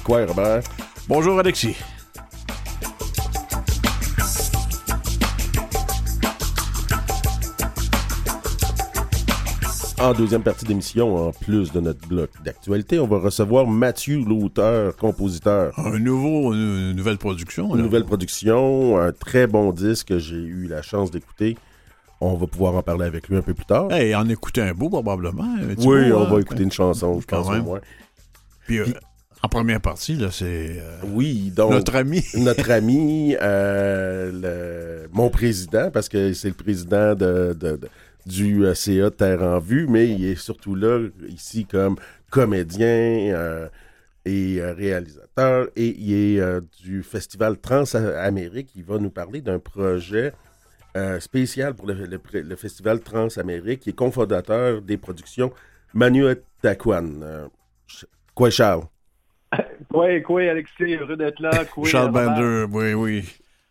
Quoi, Robert? Bonjour, Alexis. En deuxième partie d'émission, en plus de notre bloc d'actualité, on va recevoir Mathieu, l'auteur, compositeur. Une nouvelle production. Une nouvelle production, un très bon disque que j'ai eu la chance d'écouter. On va pouvoir en parler avec lui un peu plus tard. Et en écouter un bout, probablement. Oui, on va écouter une chanson, je pense, au moins. Puis, en première partie, là, c'est oui, donc, notre ami. Notre ami, mon président, parce que c'est le président du CA Terre en Vue, mais il est surtout là, ici, comme comédien et réalisateur, et il est du Festival Transamérique. Il va nous parler d'un projet spécial pour le Festival Transamérique, qui est cofondateur des productions Manuetaquan. Quoi, Charles? Quoi, Alexis, heureux d'être là. Quoi, Charles Bender, oui.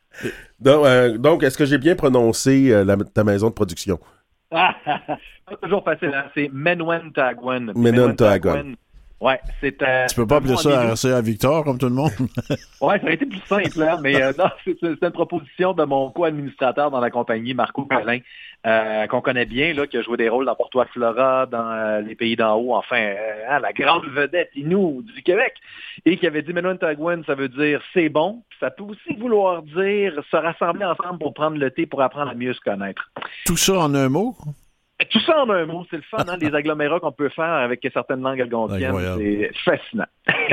Donc, est-ce que j'ai bien prononcé ta maison de production? C'est toujours facile, hein? C'est Menuetaquan. Menuetaquan. Ouais, c'est... tu peux pas appeler ça RCA Victor, comme tout le monde? Ouais, ça aurait été plus simple, hein? Mais non, c'est une proposition de mon co-administrateur dans la compagnie, Marco Collin, qu'on connaît bien, là, qui a joué des rôles dans Porto à Flora, dans Les Pays d'en haut, enfin, la grande vedette Inou du Québec, et qui avait dit Menuetaquan, ça veut dire c'est bon, puis ça peut aussi vouloir dire se rassembler ensemble pour prendre le thé pour apprendre à mieux se connaître. Tout ça en un mot? Tout ça en un mot, c'est le fun, hein? Les agglomérats qu'on peut faire avec certaines langues algonquiennes, c'est fascinant.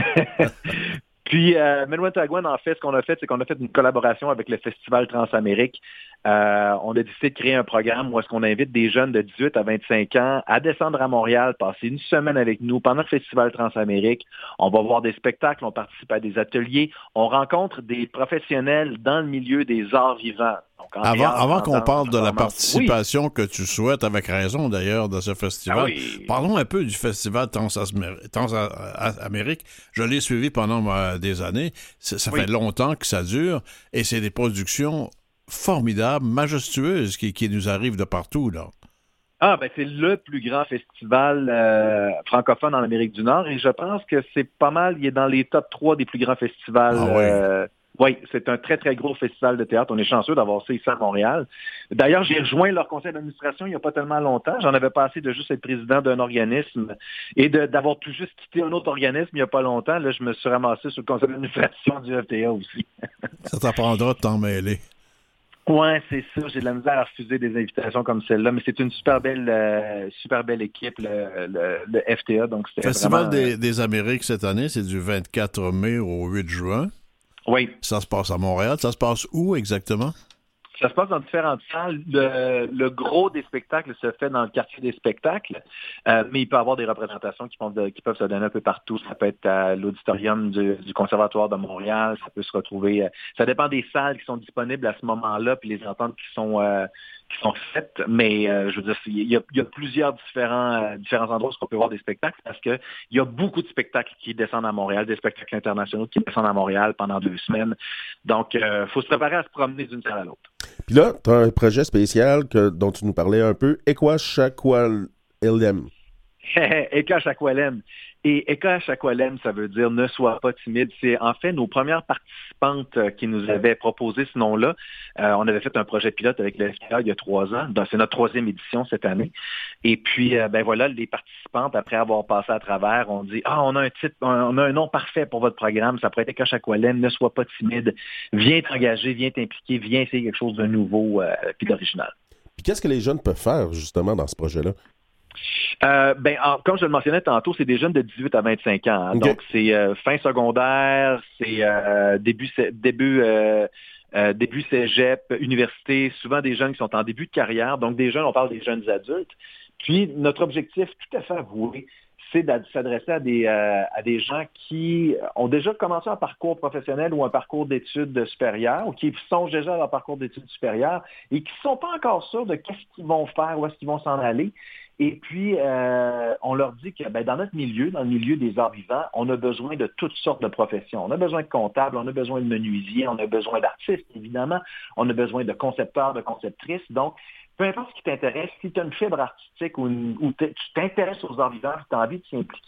Puis, Menuetaquan, en fait, ce qu'on a fait, c'est qu'on a fait une collaboration avec le Festival Transamérique. On a décidé de créer un programme où est-ce qu'on invite des jeunes de 18 à 25 ans à descendre à Montréal, passer une semaine avec nous pendant le Festival Transamérique. On va voir des spectacles, on participe à des ateliers, on rencontre des professionnels dans le milieu des arts vivants. Donc, avant qu'on parle de la participation que tu souhaites, avec raison d'ailleurs, de ce festival, parlons un peu du Festival Transamérique. Je l'ai suivi pendant des années. Ça fait longtemps que ça dure et c'est des productions formidables, majestueuses qui nous arrivent de partout, là. C'est le plus grand festival francophone en Amérique du Nord et je pense que c'est pas mal, il est dans les top 3 des plus grands festivals. Oui, c'est un très, très gros festival de théâtre. On est chanceux d'avoir ça ici à Montréal. D'ailleurs, j'ai rejoint leur conseil d'administration il n'y a pas tellement longtemps. J'en avais passé de juste être président d'un organisme et d'avoir tout juste quitté un autre organisme il n'y a pas longtemps. Là, je me suis ramassé sur le conseil d'administration du FTA aussi. Ça t'apprendra de t'en mêler. Ouais, c'est ça. J'ai de la misère à refuser des invitations comme celle-là, mais c'est une super belle équipe, le FTA. Donc c'était Festival des Amériques cette année, c'est du 24 mai au 8 juin. Oui. Ça se passe à Montréal. Ça se passe où exactement? Ça se passe dans différentes salles. Le gros des spectacles se fait dans le quartier des spectacles, mais il peut y avoir des représentations qui peuvent se donner un peu partout. Ça peut être à l'auditorium du Conservatoire de Montréal. Ça peut se retrouver... ça dépend des salles qui sont disponibles à ce moment-là, puis les ententes qui sont faites. Mais je veux dire, il y a plusieurs différents endroits où on peut voir des spectacles parce qu'il y a beaucoup de spectacles qui descendent à Montréal, des spectacles internationaux qui descendent à Montréal pendant 2 semaines. Donc, il faut se préparer à se promener d'une salle à l'autre. Puis là, tu as un projet spécial dont tu nous parlais un peu, Ekwachakwalem. Ekwachakwalem. Et Ekwachakwalem, ça veut dire ne sois pas timide. C'est en fait nos premières participantes qui nous avaient proposé ce nom-là. On avait fait un projet pilote avec le FTA il y a 3 ans. Donc, c'est notre 3e édition cette année. Et puis, les participantes, après avoir passé à travers, ont dit, on a un nom parfait pour votre programme. Ça pourrait être Ekwachakwalem, ne sois pas timide. Viens t'engager, viens t'impliquer, viens essayer quelque chose de nouveau puis d'original. Puis qu'est-ce que les jeunes peuvent faire, justement, dans ce projet-là? Comme je le mentionnais tantôt, c'est des jeunes de 18 à 25 ans. Hein. Okay. Donc, c'est fin secondaire, c'est début cégep, université, souvent des jeunes qui sont en début de carrière. Donc, des jeunes, on parle des jeunes adultes. Puis, notre objectif, tout à fait avoué, c'est de s'adresser à des gens qui ont déjà commencé un parcours professionnel ou un parcours d'études supérieures ou qui songent déjà à leur parcours d'études supérieures et qui ne sont pas encore sûrs de qu'est-ce qu'ils vont faire, où est-ce qu'ils vont s'en aller. Et puis, on leur dit que dans notre milieu, dans le milieu des arts vivants, on a besoin de toutes sortes de professions. On a besoin de comptables, on a besoin de menuisiers, on a besoin d'artistes, évidemment. On a besoin de concepteurs, de conceptrices. Donc, peu importe ce qui t'intéresse, si tu as une fibre artistique ou tu t'intéresses aux arts vivants, tu as envie de s'y impliquer,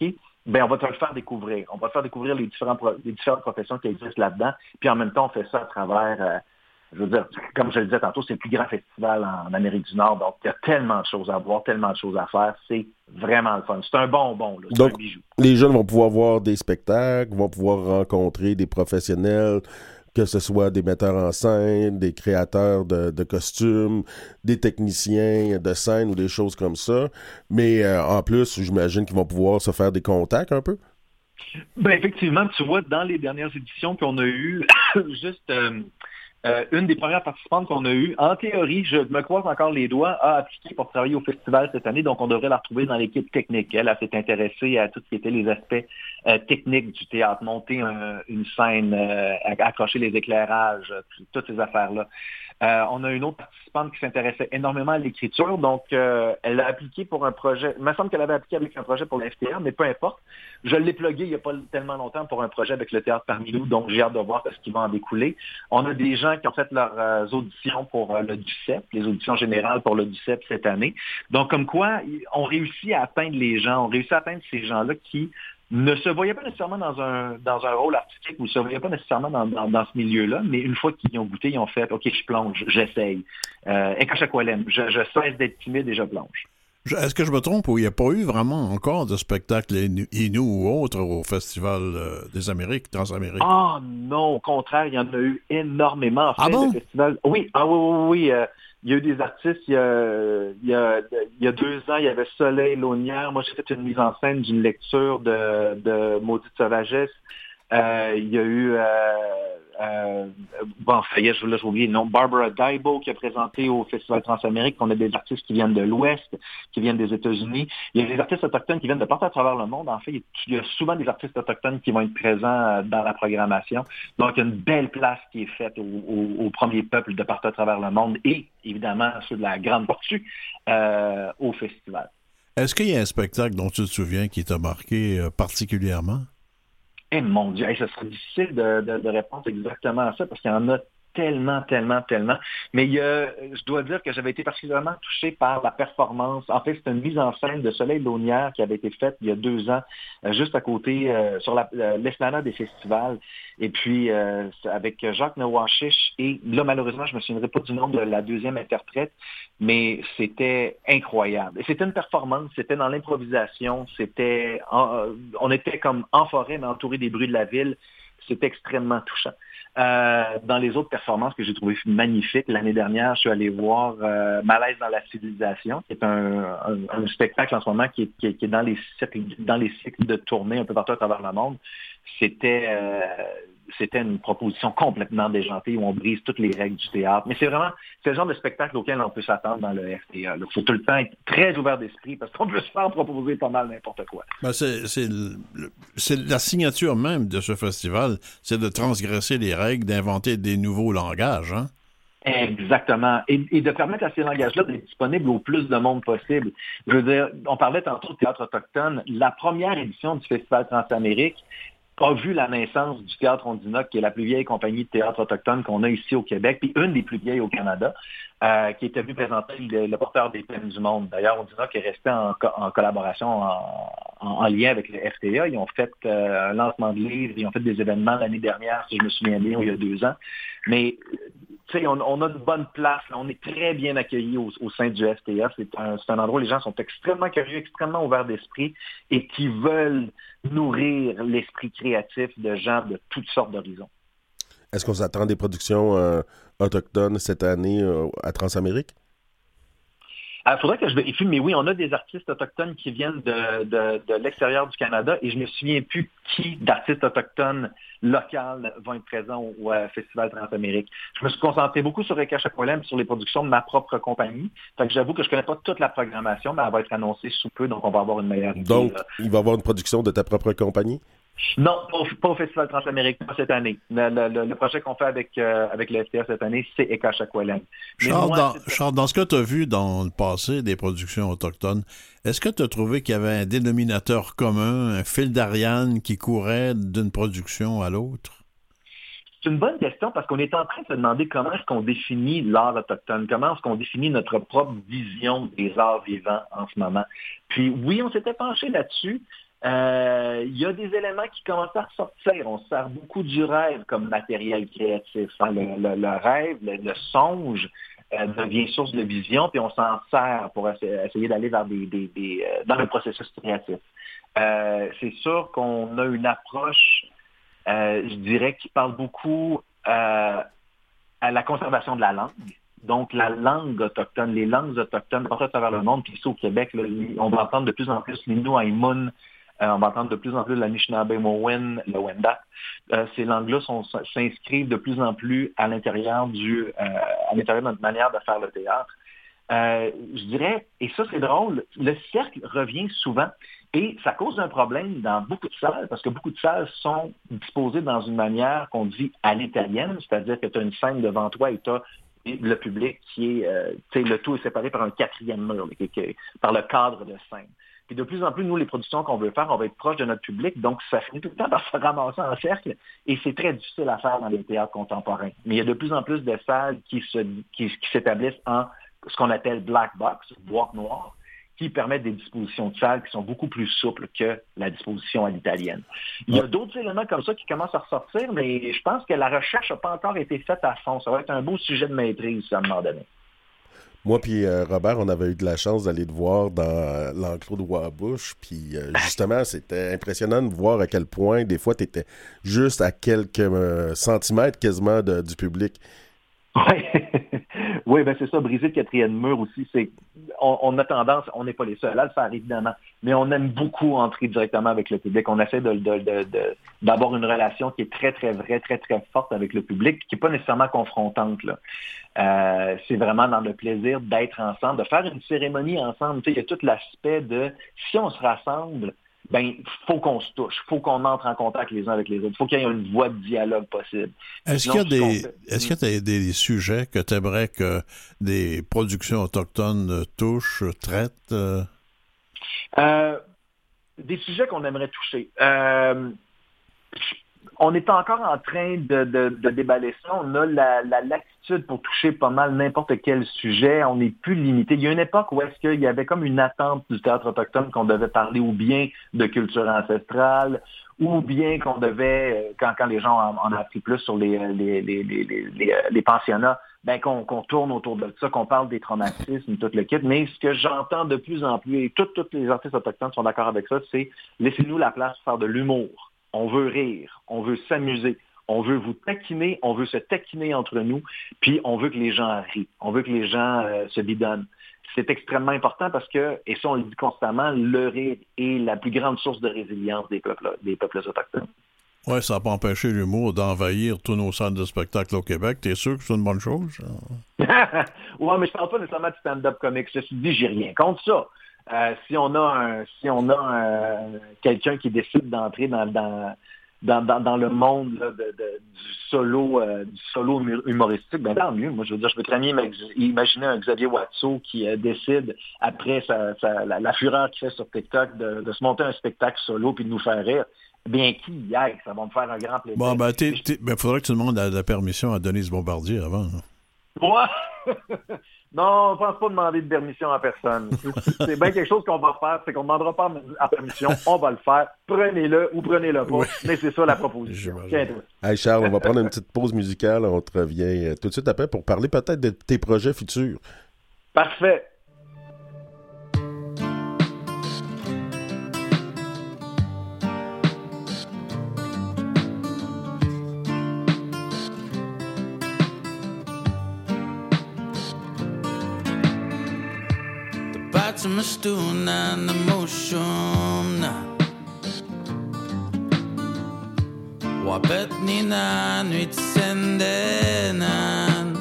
ben on va te le faire découvrir. On va te faire découvrir les différentes professions qui existent là-dedans. Puis en même temps, on fait ça à travers, je veux dire, comme je le disais tantôt, c'est le plus grand festival en Amérique du Nord. Donc, il y a tellement de choses à voir, tellement de choses à faire. C'est vraiment le fun. C'est un bonbon, là. C'est Donc, un bijou. les jeunes vont pouvoir voir des spectacles, vont pouvoir rencontrer des professionnels, que ce soit des metteurs en scène, des créateurs de costumes, des techniciens de scène ou des choses comme ça. Mais en plus, j'imagine qu'ils vont pouvoir se faire des contacts un peu. Ben effectivement, tu vois, dans les dernières éditions qu'on a eues, juste une des premières participantes qu'on a eues, en théorie, je me croise encore les doigts, a appliqué pour travailler au festival cette année, donc on devrait la retrouver dans l'équipe technique. Elle s'est intéressée à tout ce qui était les aspects techniques du théâtre, monter une scène, accrocher les éclairages, toutes ces affaires-là. On a une autre participante qui s'intéressait énormément à l'écriture, donc elle a appliqué pour un projet, il me semble qu'elle avait appliqué avec un projet pour la FTA, mais peu importe. Je l'ai plugué il n'y a pas tellement longtemps pour un projet avec le Théâtre parmi nous, donc j'ai hâte de voir ce qui va en découler. On a des gens qui ont fait leurs auditions pour le DUCEP, les auditions générales pour le DUCEP cette année. Donc comme quoi, on réussit à atteindre les gens, on réussit à atteindre ces gens-là qui ne se voyaient pas nécessairement dans un rôle artistique ou ne se voyaient pas nécessairement dans ce milieu-là, mais une fois qu'ils y ont goûté, ils ont fait « OK, je plonge, j'essaye. Ekachakwalem, je cesse d'être timide et je plonge. » Est-ce que je me trompe ou il n'y a pas eu vraiment encore de spectacle Inou ou autre au Festival des Amériques, Transamérique? Ah non, au contraire, il y en a eu énormément. En fait, Ah bon? le festival... Oui, oui. Il y a eu des artistes, il y a 2 ans, il y avait Soleil Launière. Moi, j'ai fait une mise en scène d'une lecture de Maudite Sauvagesse. Il y a eu, ça y est, j'ai oublié le nom, Barbara Daibo qui a présenté au Festival Transamérique. On a des artistes qui viennent de l'Ouest, qui viennent des États-Unis. Il y a des artistes autochtones qui viennent de partout à travers le monde. En fait, il y a souvent des artistes autochtones qui vont être présents dans la programmation. Donc, il y a une belle place qui est faite aux premiers peuples de partout à travers le monde et, évidemment, ceux de la Grande Tortue au festival. Est-ce qu'il y a un spectacle dont tu te souviens qui t'a marqué particulièrement? Eh mon Dieu, ce serait difficile de répondre exactement à ça parce qu'il y en a tellement. Mais je dois dire que j'avais été particulièrement touché par la performance. En fait, c'est une mise en scène de Soleil Launière qui avait été faite il y a 2 ans, juste à côté, sur l'esplanade des festivals. Et puis, avec Jacques Nowashish. Et là, malheureusement, je ne me souviendrai pas du nom de la deuxième interprète, mais c'était incroyable. Et c'était une performance, c'était dans l'improvisation, on était comme en forêt, mais entouré des bruits de la ville. C'était extrêmement touchant. Dans les autres performances que j'ai trouvées magnifiques, l'année dernière, je suis allé voir Malaise dans la civilisation, qui est un spectacle en ce moment qui est dans les cycles de tournée un peu partout à travers le monde. C'était une proposition complètement déjantée où on brise toutes les règles du théâtre. Mais c'est le genre de spectacle auquel on peut s'attendre dans le FTA. Il faut tout le temps être très ouvert d'esprit parce qu'on peut se faire proposer pas mal n'importe quoi. Ben c'est la signature même de ce festival, c'est de transgresser les règles, d'inventer des nouveaux langages, hein? Exactement. Et de permettre à ces langages-là d'être disponibles au plus de monde possible. Je veux dire, on parlait tantôt de théâtre autochtone. La première édition du Festival Transamérique a vu la naissance du Théâtre Ondinoc, qui est la plus vieille compagnie de théâtre autochtone qu'on a ici au Québec, puis une des plus vieilles au Canada, qui était venue présenter le porteur des peines du monde. D'ailleurs, Ondinoc est resté en collaboration, en lien avec le FTA. Ils ont fait un lancement de livres, ils ont fait des événements l'année dernière, si je me souviens bien, il y a 2 ans. Mais tu sais, on a une bonne place, là. On est très bien accueillis au sein du FTA. C'est un endroit où les gens sont extrêmement curieux, extrêmement ouverts d'esprit et qui veulent nourrir l'esprit créatif de gens de toutes sortes d'horizons. Est-ce qu'on s'attend à des productions autochtones cette année à Transamérique? Il faudrait que je vérifie, mais oui, on a des artistes autochtones qui viennent de l'extérieur du Canada et je me souviens plus qui d'artistes autochtones locaux vont être présents au Festival Transamérique. Je me suis concentré beaucoup sur Ekachakwalem, sur les productions de ma propre compagnie. Fait que j'avoue que je connais pas toute la programmation, mais elle va être annoncée sous peu, donc on va avoir une meilleure idée. Donc, il va y avoir une production de ta propre compagnie? Non, pas au Festival Transamérique, pas cette année. Le projet qu'on fait avec le FTA cette année, c'est Ekachakwalem. Charles, dans ce que tu as vu dans le passé des productions autochtones, est-ce que tu as trouvé qu'il y avait un dénominateur commun, un fil d'Ariane qui courait d'une production à l'autre? C'est une bonne question parce qu'on est en train de se demander comment est-ce qu'on définit l'art autochtone, comment est-ce qu'on définit notre propre vision des arts vivants en ce moment. Puis oui, on s'était penché là-dessus. Il y a des éléments qui commencent à ressortir. On se sert beaucoup du rêve comme matériel créatif. Hein. Le rêve, le songe devient source de vision, puis on s'en sert pour essayer d'aller vers dans le processus créatif. C'est sûr qu'on a une approche, je dirais, qui parle beaucoup à la conservation de la langue. Donc, la langue autochtone, les langues autochtones partout à travers le monde, puis ici au Québec, là, on va entendre de plus en plus l'Innu-Aimun, on va entendre de plus en plus l'Anishinaabe-Mowin, le Wendat. Ces langues-là s'inscrivent de plus en plus à l'intérieur de notre manière de faire le théâtre. Je dirais, et ça c'est drôle, le cercle revient souvent et ça cause un problème dans beaucoup de salles parce que beaucoup de salles sont disposées dans une manière qu'on dit à l'italienne, c'est-à-dire que tu as une scène devant toi et tu as le public qui est, le tout est séparé par un quatrième mur, par le cadre de scène. Puis de plus en plus, nous, les productions qu'on veut faire, on va être proche de notre public, donc ça finit tout le temps par se ramasser en cercle, et c'est très difficile à faire dans les théâtres contemporains. Mais il y a de plus en plus de salles qui s'établissent en ce qu'on appelle black box, boîte noire, qui permettent des dispositions de salles qui sont beaucoup plus souples que la disposition à l'italienne. Il y a d'autres éléments comme ça qui commencent à ressortir, mais je pense que la recherche n'a pas encore été faite à fond. Ça va être un beau sujet de maîtrise à un moment donné. Moi puis Robert, on avait eu de la chance d'aller te voir dans l'enclos de Wabush, puis justement, c'était impressionnant de voir à quel point, des fois, tu étais juste à quelques centimètres quasiment du public. Oui, oui, ben c'est ça, briser le quatrième mur aussi, on a tendance, on n'est pas les seuls à le faire évidemment, mais on aime beaucoup entrer directement avec le public. On essaie d'avoir une relation qui est très, très vraie, très, très forte avec le public, qui n'est pas nécessairement confrontante, là. C'est vraiment dans le plaisir d'être ensemble, de faire une cérémonie ensemble. Tu sais, il y a tout l'aspect de si on se rassemble, ben faut qu'on se touche, faut qu'on entre en contact les uns avec les autres, faut qu'il y ait une voie de dialogue possible. Est-ce qu'il y a des sujets que tu aimerais que des productions autochtones touchent, traitent? Des sujets qu'on aimerait toucher. On est encore en train de déballer ça. On a la latitude pour toucher pas mal n'importe quel sujet. On n'est plus limité. Il y a une époque où est-ce qu'il y avait comme une attente du théâtre autochtone qu'on devait parler ou bien de culture ancestrale, ou bien qu'on devait, quand les gens en ont appris plus sur les pensionnats, ben qu'on tourne autour de ça, qu'on parle des traumatismes, tout le kit. Mais ce que j'entends de plus en plus, et tous les artistes autochtones sont d'accord avec ça, c'est laissez-nous la place pour faire de l'humour. On veut rire, on veut s'amuser, on veut vous taquiner, on veut se taquiner entre nous, puis on veut que les gens rient, on veut que les gens se bidonnent. C'est extrêmement important parce que, et ça on le dit constamment, le rire est la plus grande source de résilience des peuples autochtones. Oui, ça n'a pas empêché l'humour d'envahir tous nos salles de spectacle au Québec. T'es sûr que c'est une bonne chose? Oui, mais je parle pas nécessairement de stand-up comics. Je me suis dit, j'ai rien contre ça. Si on a quelqu'un qui décide d'entrer dans le monde là, du solo humoristique, ben tant mieux. Moi, je veux dire, je peux très bien imaginer un Xavier Watteau qui décide, après la fureur qu'il fait sur TikTok, de se monter un spectacle solo puis de nous faire rire. Bien qui y aille, ça va me faire un grand plaisir. Bon, ben, faudrait que tu demandes la permission à Denise Bombardier avant. Moi? Non, on ne pense pas demander de permission à personne. C'est bien quelque chose qu'on va faire, c'est qu'on ne demandera pas à permission, on va le faire. Prenez-le ou prenez-le pas, mais c'est ça la proposition. Hey Charles, on va prendre une petite pause musicale, on te revient tout de suite après pour parler peut-être de tes projets futurs. Parfait. Mastuna na motion Wapet ni na nuit sendenan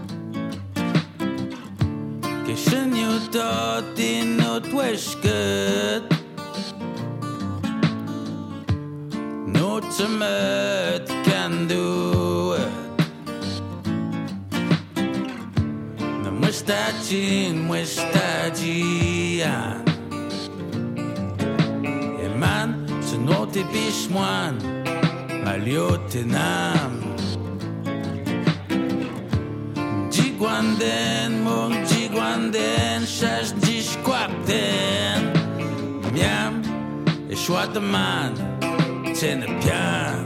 Kishin you tot in not weshket No temet can do it Mustachian Eman se note bishmoan Maliotenam Jiguanden mong jiguanden Shash jishquapten Miam choix de man tienne bien.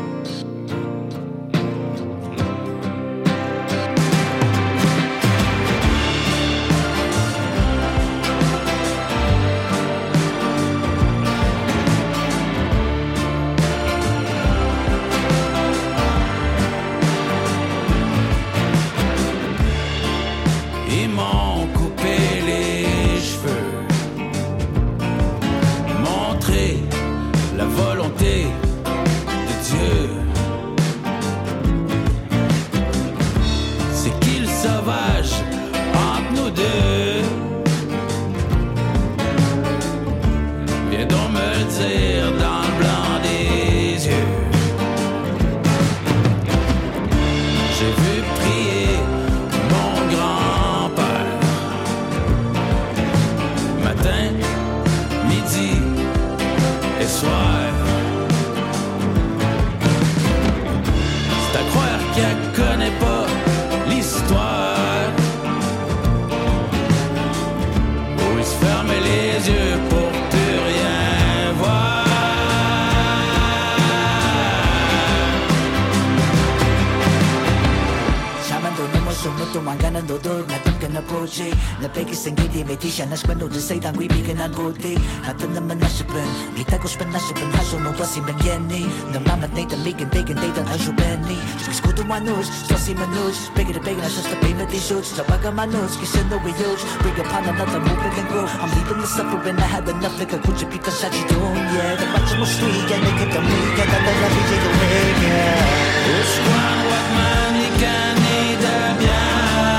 Ils m'ont coupé les cheveux, montré la volonté de Dieu. C'est qu'il sauvage entre nous deux. Viens donc me le dire dans le blanc des yeux. J'ai vu prier mon grand-père matin, midi et soir. C'est à croire qu'elle connaît pas l'histoire, où il se fermait les yeux pour plus rien voir. Llamando no mo sumuto mangganan dodod Natang na proje Napekis ang gidi May di siya naskwento Desay tang wibigan ang buti Hatan naman nasyapan Gitagos pa nasyapan Haso mo wasi mangyeni Namamat na itamigan Bacon data ang syubeni Skuto manus Swasi manus Bigger to bigger Na siya stapay matisuits Nabaga manus Kisa no we use Bring upon another movement and grow I'm leaving the suffering I had enough Nagkakuncha pita sa chidon Yeah The batch mo sweet And nagkatami Kata na labi Jay Omega Usquan Wakman Ikani Damian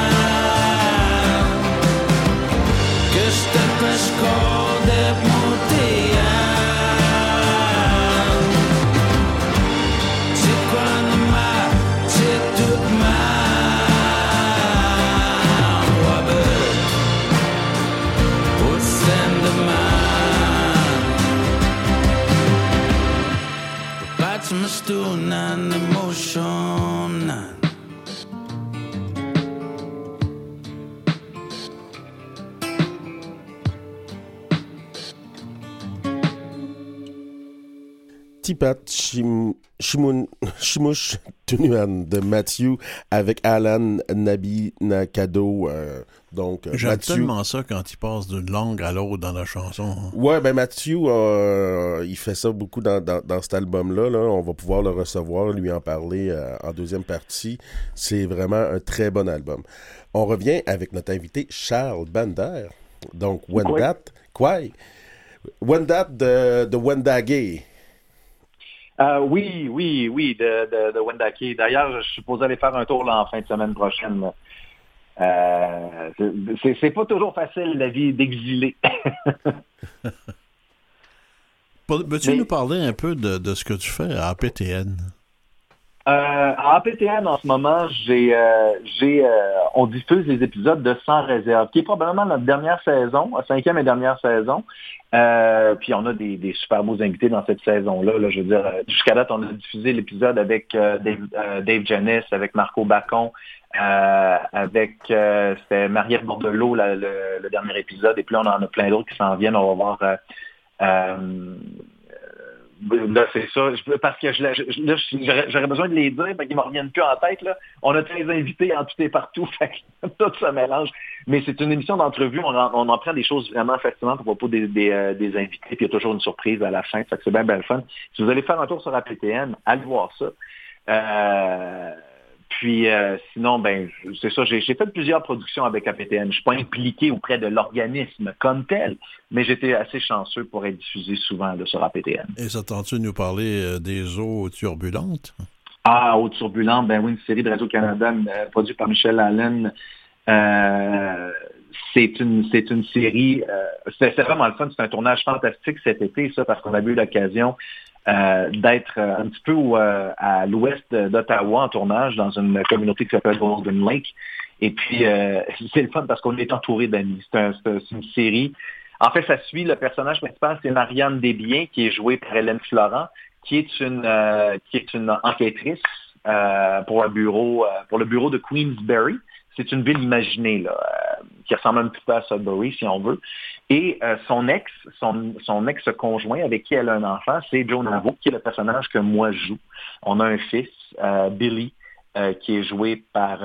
Que je te pêche corps de montéan C'est quoi de ma C'est toute ma Robert Au sein de man Batch me stone and emotion Tipat Shimouche Tunuan de Matthew avec Alan Nabi Nakado. Donc, J'aime Matthew... tellement ça quand il passe d'une langue à l'autre dans la chanson. Ouais, ben Matthew, il fait ça beaucoup dans cet album-là. Là. On va pouvoir le recevoir, lui en parler en deuxième partie. C'est vraiment un très bon album. On revient avec notre invité Charles Bander. Donc, Wendat, Wendat de Wendake. Oui, de Wendake. D'ailleurs, je suis supposé aller faire un tour là, en fin de semaine prochaine. C'est pas toujours facile, la vie d'exilé. Peux-tu nous parler un peu de ce que tu fais à APTN? À APTN, en ce moment, on diffuse les épisodes de Sans réserve, qui est probablement notre dernière saison, la 5e et dernière saison. Puis on a des super beaux invités dans cette saison-là. Là, je veux dire, jusqu'à date, on a diffusé l'épisode avec Dave Janis, avec Marco Bacon, avec c'était Marie-Ève Bordelot, le dernier épisode. Et puis là, on en a plein d'autres qui s'en viennent. On va voir... là, c'est ça. Parce que j'aurais besoin de les dire, mais qu'ils ne me reviennent plus en tête. Là. On a 13 invités en tout et partout, fait que tout se mélange. Mais c'est une émission d'entrevue. On en prend des choses vraiment fascinantes à propos des invités. Puis il y a toujours une surprise à la fin. Fait que c'est bien le fun. Si vous allez faire un tour sur APTN, allez voir ça. Puis sinon, ben c'est ça, j'ai fait plusieurs productions avec APTN. Je ne suis pas impliqué auprès de l'organisme comme tel, mais j'étais assez chanceux pour être diffusé souvent là, sur APTN. Et s'attends-tu de nous parler des eaux turbulentes? Ah, Eaux turbulentes, ben oui, une série de Radio-Canada produite par Michel Allen. C'est une série, c'est vraiment le fun, c'est un tournage fantastique cet été, ça, parce qu'on a eu l'occasion d'être un petit peu à l'ouest d'Ottawa en tournage dans une communauté qui s'appelle Golden Lake. Et puis, c'est le fun parce qu'on est entouré d'amis. C'est une série. En fait, ça suit le personnage principal, c'est Marianne Desbiens, qui est jouée par Hélène Florent, qui est une enquêtrice pour le bureau de Queensbury. C'est une ville imaginée là, qui ressemble un petit peu à Sudbury, si on veut. Et son ex-conjoint avec qui elle a un enfant, c'est Joe Navo, qui est le personnage que moi je joue. On a un fils, Billy, qui est joué par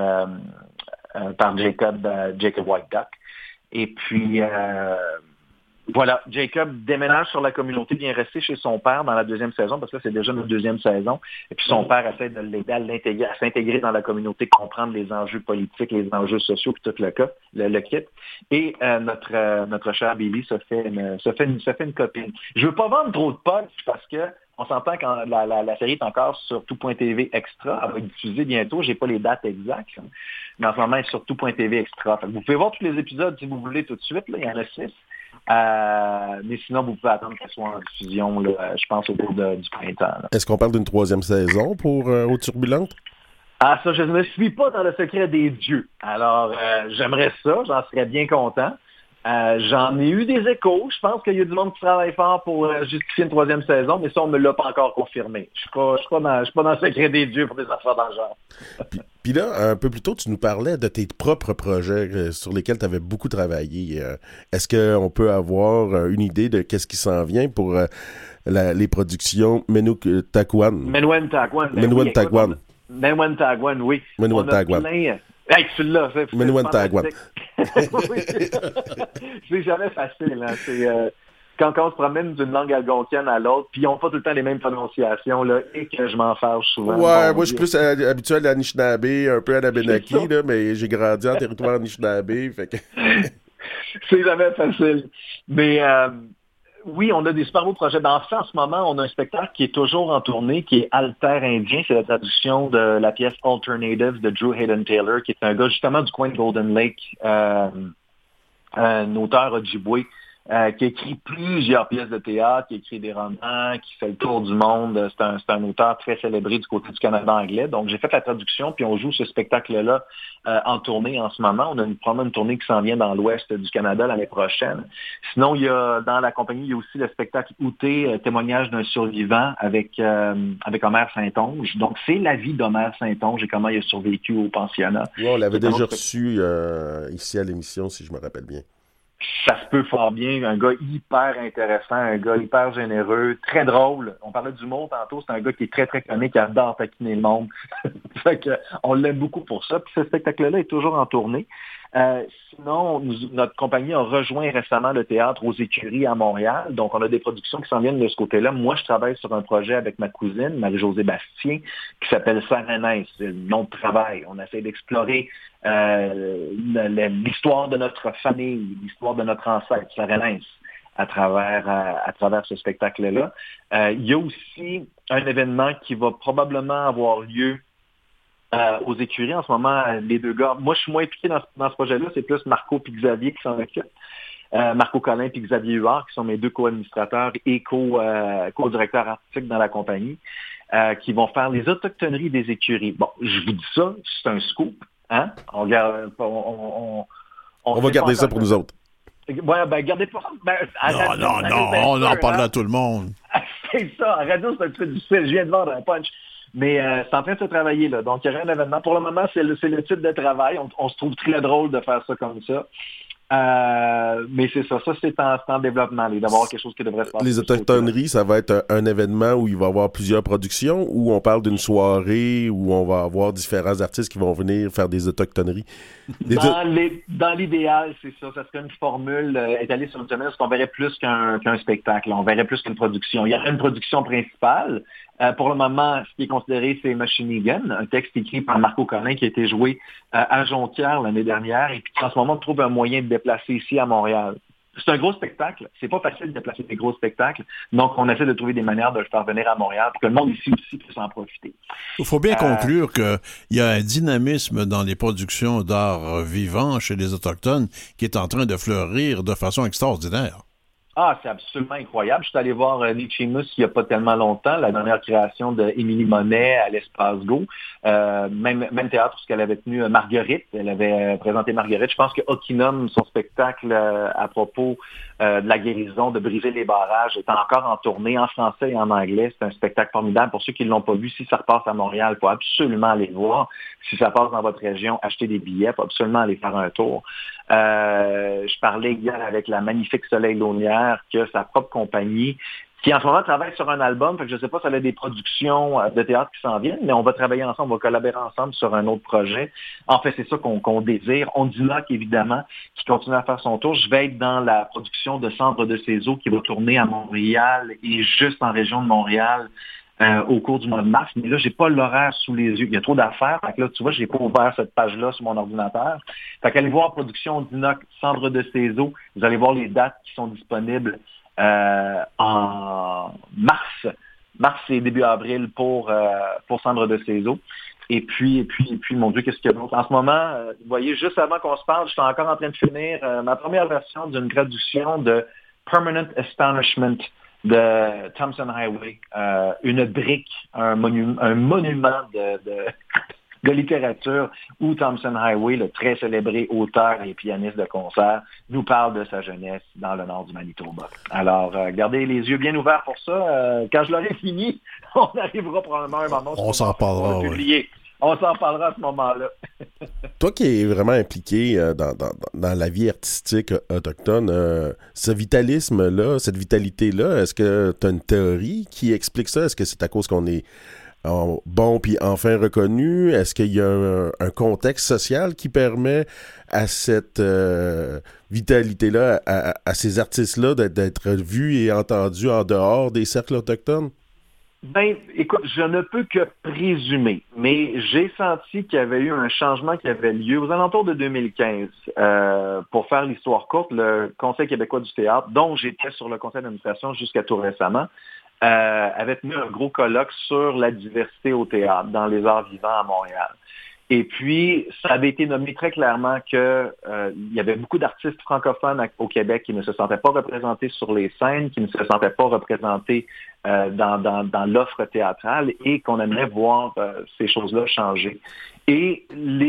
Jacob White Duck. Et puis, voilà, Jacob déménage sur la communauté, vient rester chez son père dans la 2e saison, parce que c'est déjà notre 2e saison. Et puis son père essaie de l'aider à s'intégrer dans la communauté, comprendre les enjeux politiques, les enjeux sociaux, puis tout le kit. Et notre cher Billy se fait une copine. Je veux pas vendre trop de punch parce que on s'entend quand la série est encore sur Tout.tv Extra. Elle va être diffusée bientôt. J'ai pas les dates exactes. Mais en ce moment, elle est sur Tout.tv Extra. Fait que vous pouvez voir tous les épisodes si vous voulez tout de suite. Là. Il y en a 6. Mais sinon, vous pouvez attendre qu'elle soit en diffusion, là, je pense, au cours du printemps. Là. Est-ce qu'on parle d'une 3e saison pour Eaux Turbulentes? Ah, ça, je ne suis pas dans le secret des dieux. Alors, j'aimerais ça. J'en serais bien content. J'en ai eu des échos. Je pense qu'il y a du monde qui travaille fort pour justifier une 3e saison, mais ça, on ne me l'a pas encore confirmé. Je suis pas dans le secret des dieux pour des affaires dans le genre. Puis là, un peu plus tôt, tu nous parlais de tes propres projets sur lesquels tu avais beaucoup travaillé. Est-ce qu'on peut avoir une idée de qu'est-ce qui s'en vient pour les productions Menwen Tagwan? Menwen Tagwan, oui. Menwen Tagwan. Hey, celui-là, c'est Menwen Tagwan. C'est jamais facile. Hein. C'est, quand on se promène d'une langue algonquienne à l'autre, puis ils n'ont pas tout le temps les mêmes prononciations, là, et que je m'en fâche souvent. Ouais, moi, je suis plus habitué à l'Anishinaabe, un peu à l'Abenaki, là, mais j'ai grandi en territoire Anishinaabe, fait que... C'est jamais facile. Mais... oui, on a des super beaux projets. En fait, en ce moment, on a un spectacle qui est toujours en tournée, qui est Alter Indien. C'est la traduction de la pièce Alternative de Drew Hayden Taylor, qui est un gars justement du coin de Golden Lake, un auteur ojibwe, qui écrit plusieurs pièces de théâtre, qui écrit des romans, qui fait le tour du monde. C'est un auteur très célébré du côté du Canada anglais. Donc, j'ai fait la traduction, puis on joue ce spectacle-là en tournée en ce moment. On a probablement une tournée qui s'en vient dans l'ouest du Canada l'année prochaine. Sinon, dans la compagnie, il y a aussi le spectacle Outé, témoignage d'un survivant avec Omer Saint-Onge. Donc, c'est la vie d'Omer Saint-Onge et comment il a survécu au pensionnat. Ouais, on l'avait déjà reçu ici à l'émission, si je me rappelle bien. Ça se peut fort bien. Un gars hyper intéressant, un gars hyper généreux, très drôle. On parlait d'humour tantôt. C'est un gars qui est très, très comique, qui adore taquiner le monde. Fait que, on l'aime beaucoup pour ça. Puis ce spectacle-là est toujours en tournée. Sinon, notre compagnie a rejoint récemment le théâtre aux Écuries à Montréal. Donc, on a des productions qui s'en viennent de ce côté-là. Moi, je travaille sur un projet avec ma cousine, Marie-Josée Bastien, qui s'appelle Saranès. C'est le nom de travail. On essaie d'explorer l'histoire de notre famille, l'histoire de notre ancêtre, Saranès, à travers ce spectacle-là. Il y a aussi un événement qui va probablement avoir lieu aux Écuries en ce moment, les deux gars. Moi, je suis moins impliqué dans ce projet-là. C'est plus Marco et Xavier qui s'en occupent. Marco Collin et Xavier Huard, qui sont mes deux co-administrateurs et co-directeurs artistiques dans la compagnie, qui vont faire les autochtoneries des Écuries. Bon, je vous dis ça, c'est un scoop. Hein? On va garder ça pour nous autres. Ouais, ben, gardez pas. Non, on en parle à tout le monde. C'est ça. À radio, c'est un petit peu difficile. Je viens de vendre un punch. Mais c'est en train de se travailler, là. Donc, il y aura un événement. Pour le moment, c'est le type de travail. On se trouve très drôle de faire ça comme ça. Mais c'est ça. Ça, c'est en développement, d'avoir quelque chose qui devrait se passer. Les autochtoneries, ça va être un événement où il va y avoir plusieurs productions, où on parle d'une soirée, où on va avoir différents artistes qui vont venir faire des autochtoneries. Dans l'idéal, c'est ça. Ça serait une formule étalée sur une semaine, parce qu'on verrait plus qu'un spectacle. On verrait plus qu'une production. Il y aurait une production principale. Pour le moment, ce qui est considéré, c'est Machinigan, un texte écrit par Marco Collin qui a été joué à Jonquière l'année dernière et puis qui en ce moment on trouve un moyen de déplacer ici à Montréal. C'est un gros spectacle. C'est pas facile de déplacer des gros spectacles. Donc, on essaie de trouver des manières de le faire venir à Montréal pour que le monde ici aussi puisse en profiter. Il faut bien conclure qu'il y a un dynamisme dans les productions d'art vivant chez les Autochtones qui est en train de fleurir de façon extraordinaire. Ah, c'est absolument incroyable. Je suis allé voir Nichimus il n'y a pas tellement longtemps, la dernière création de Émilie Monet à l'Espace Go. Même théâtre, parce qu'elle avait tenu Marguerite. Elle avait présenté Marguerite. Je pense que Okinum, son spectacle à propos de la guérison, de briser les barrages, est encore en tournée en français et en anglais. C'est un spectacle formidable. Pour ceux qui ne l'ont pas vu, si ça repasse à Montréal, il faut absolument aller le voir. Si ça passe dans votre région, achetez des billets. Il faut absolument aller faire un tour. Je parlais hier avec la magnifique Soleil Launière, qui a sa propre compagnie, qui en ce moment travaille sur un album. Fait que je ne sais pas si elle a des productions de théâtre qui s'en viennent, mais on va travailler ensemble, on va collaborer ensemble sur un autre projet. En fait, c'est ça qu'on désire. On dit là qu'évidemment, qui continue à faire son tour. Je vais être dans la production de Cendres de Cézanne qui va tourner à Montréal et juste en région de Montréal. Au cours du mois de mars, mais là, j'ai pas l'horaire sous les yeux. Il y a trop d'affaires. Fait que là, tu vois, j'ai pas ouvert cette page-là sur mon ordinateur. Fait qu'allez voir production d'Inoc, Cendres de Cézanne. Vous allez voir les dates qui sont disponibles en mars. Mars et début avril pour Cendres de Cézanne. Et puis, mon Dieu, qu'est-ce qu'il y a d'autre? En ce moment, vous voyez, juste avant qu'on se parle, je suis encore en train de finir ma première version d'une traduction de Permanent Astonishment de Thompson Highway, une brique, un monument de littérature où Thompson Highway, le très célébré auteur et pianiste de concert, nous parle de sa jeunesse dans le nord du Manitoba. Alors, gardez les yeux bien ouverts pour ça. Quand je l'aurai fini, on arrivera probablement à un moment où on s'en reparlera, publier. On s'en parlera à ce moment-là. Toi qui es vraiment impliqué dans la vie artistique autochtone, ce vitalisme-là, cette vitalité-là, est-ce que tu as une théorie qui explique ça? Est-ce que c'est à cause qu'on est bon puis enfin reconnu? Est-ce qu'il y a un contexte social qui permet à cette vitalité-là, à ces artistes-là d'être vus et entendus en dehors des cercles autochtones? Ben, écoute, je ne peux que présumer, mais j'ai senti qu'il y avait eu un changement qui avait lieu aux alentours de 2015. Pour faire l'histoire courte, le Conseil québécois du théâtre, dont j'étais sur le conseil d'administration jusqu'à tout récemment, avait tenu un gros colloque sur la diversité au théâtre, dans les arts vivants à Montréal. Et puis, ça avait été nommé très clairement qu'il y avait beaucoup d'artistes francophones au Québec qui ne se sentaient pas représentés sur les scènes, qui ne se sentaient pas représentés dans l'offre théâtrale et qu'on aimerait voir ces choses-là changer. Et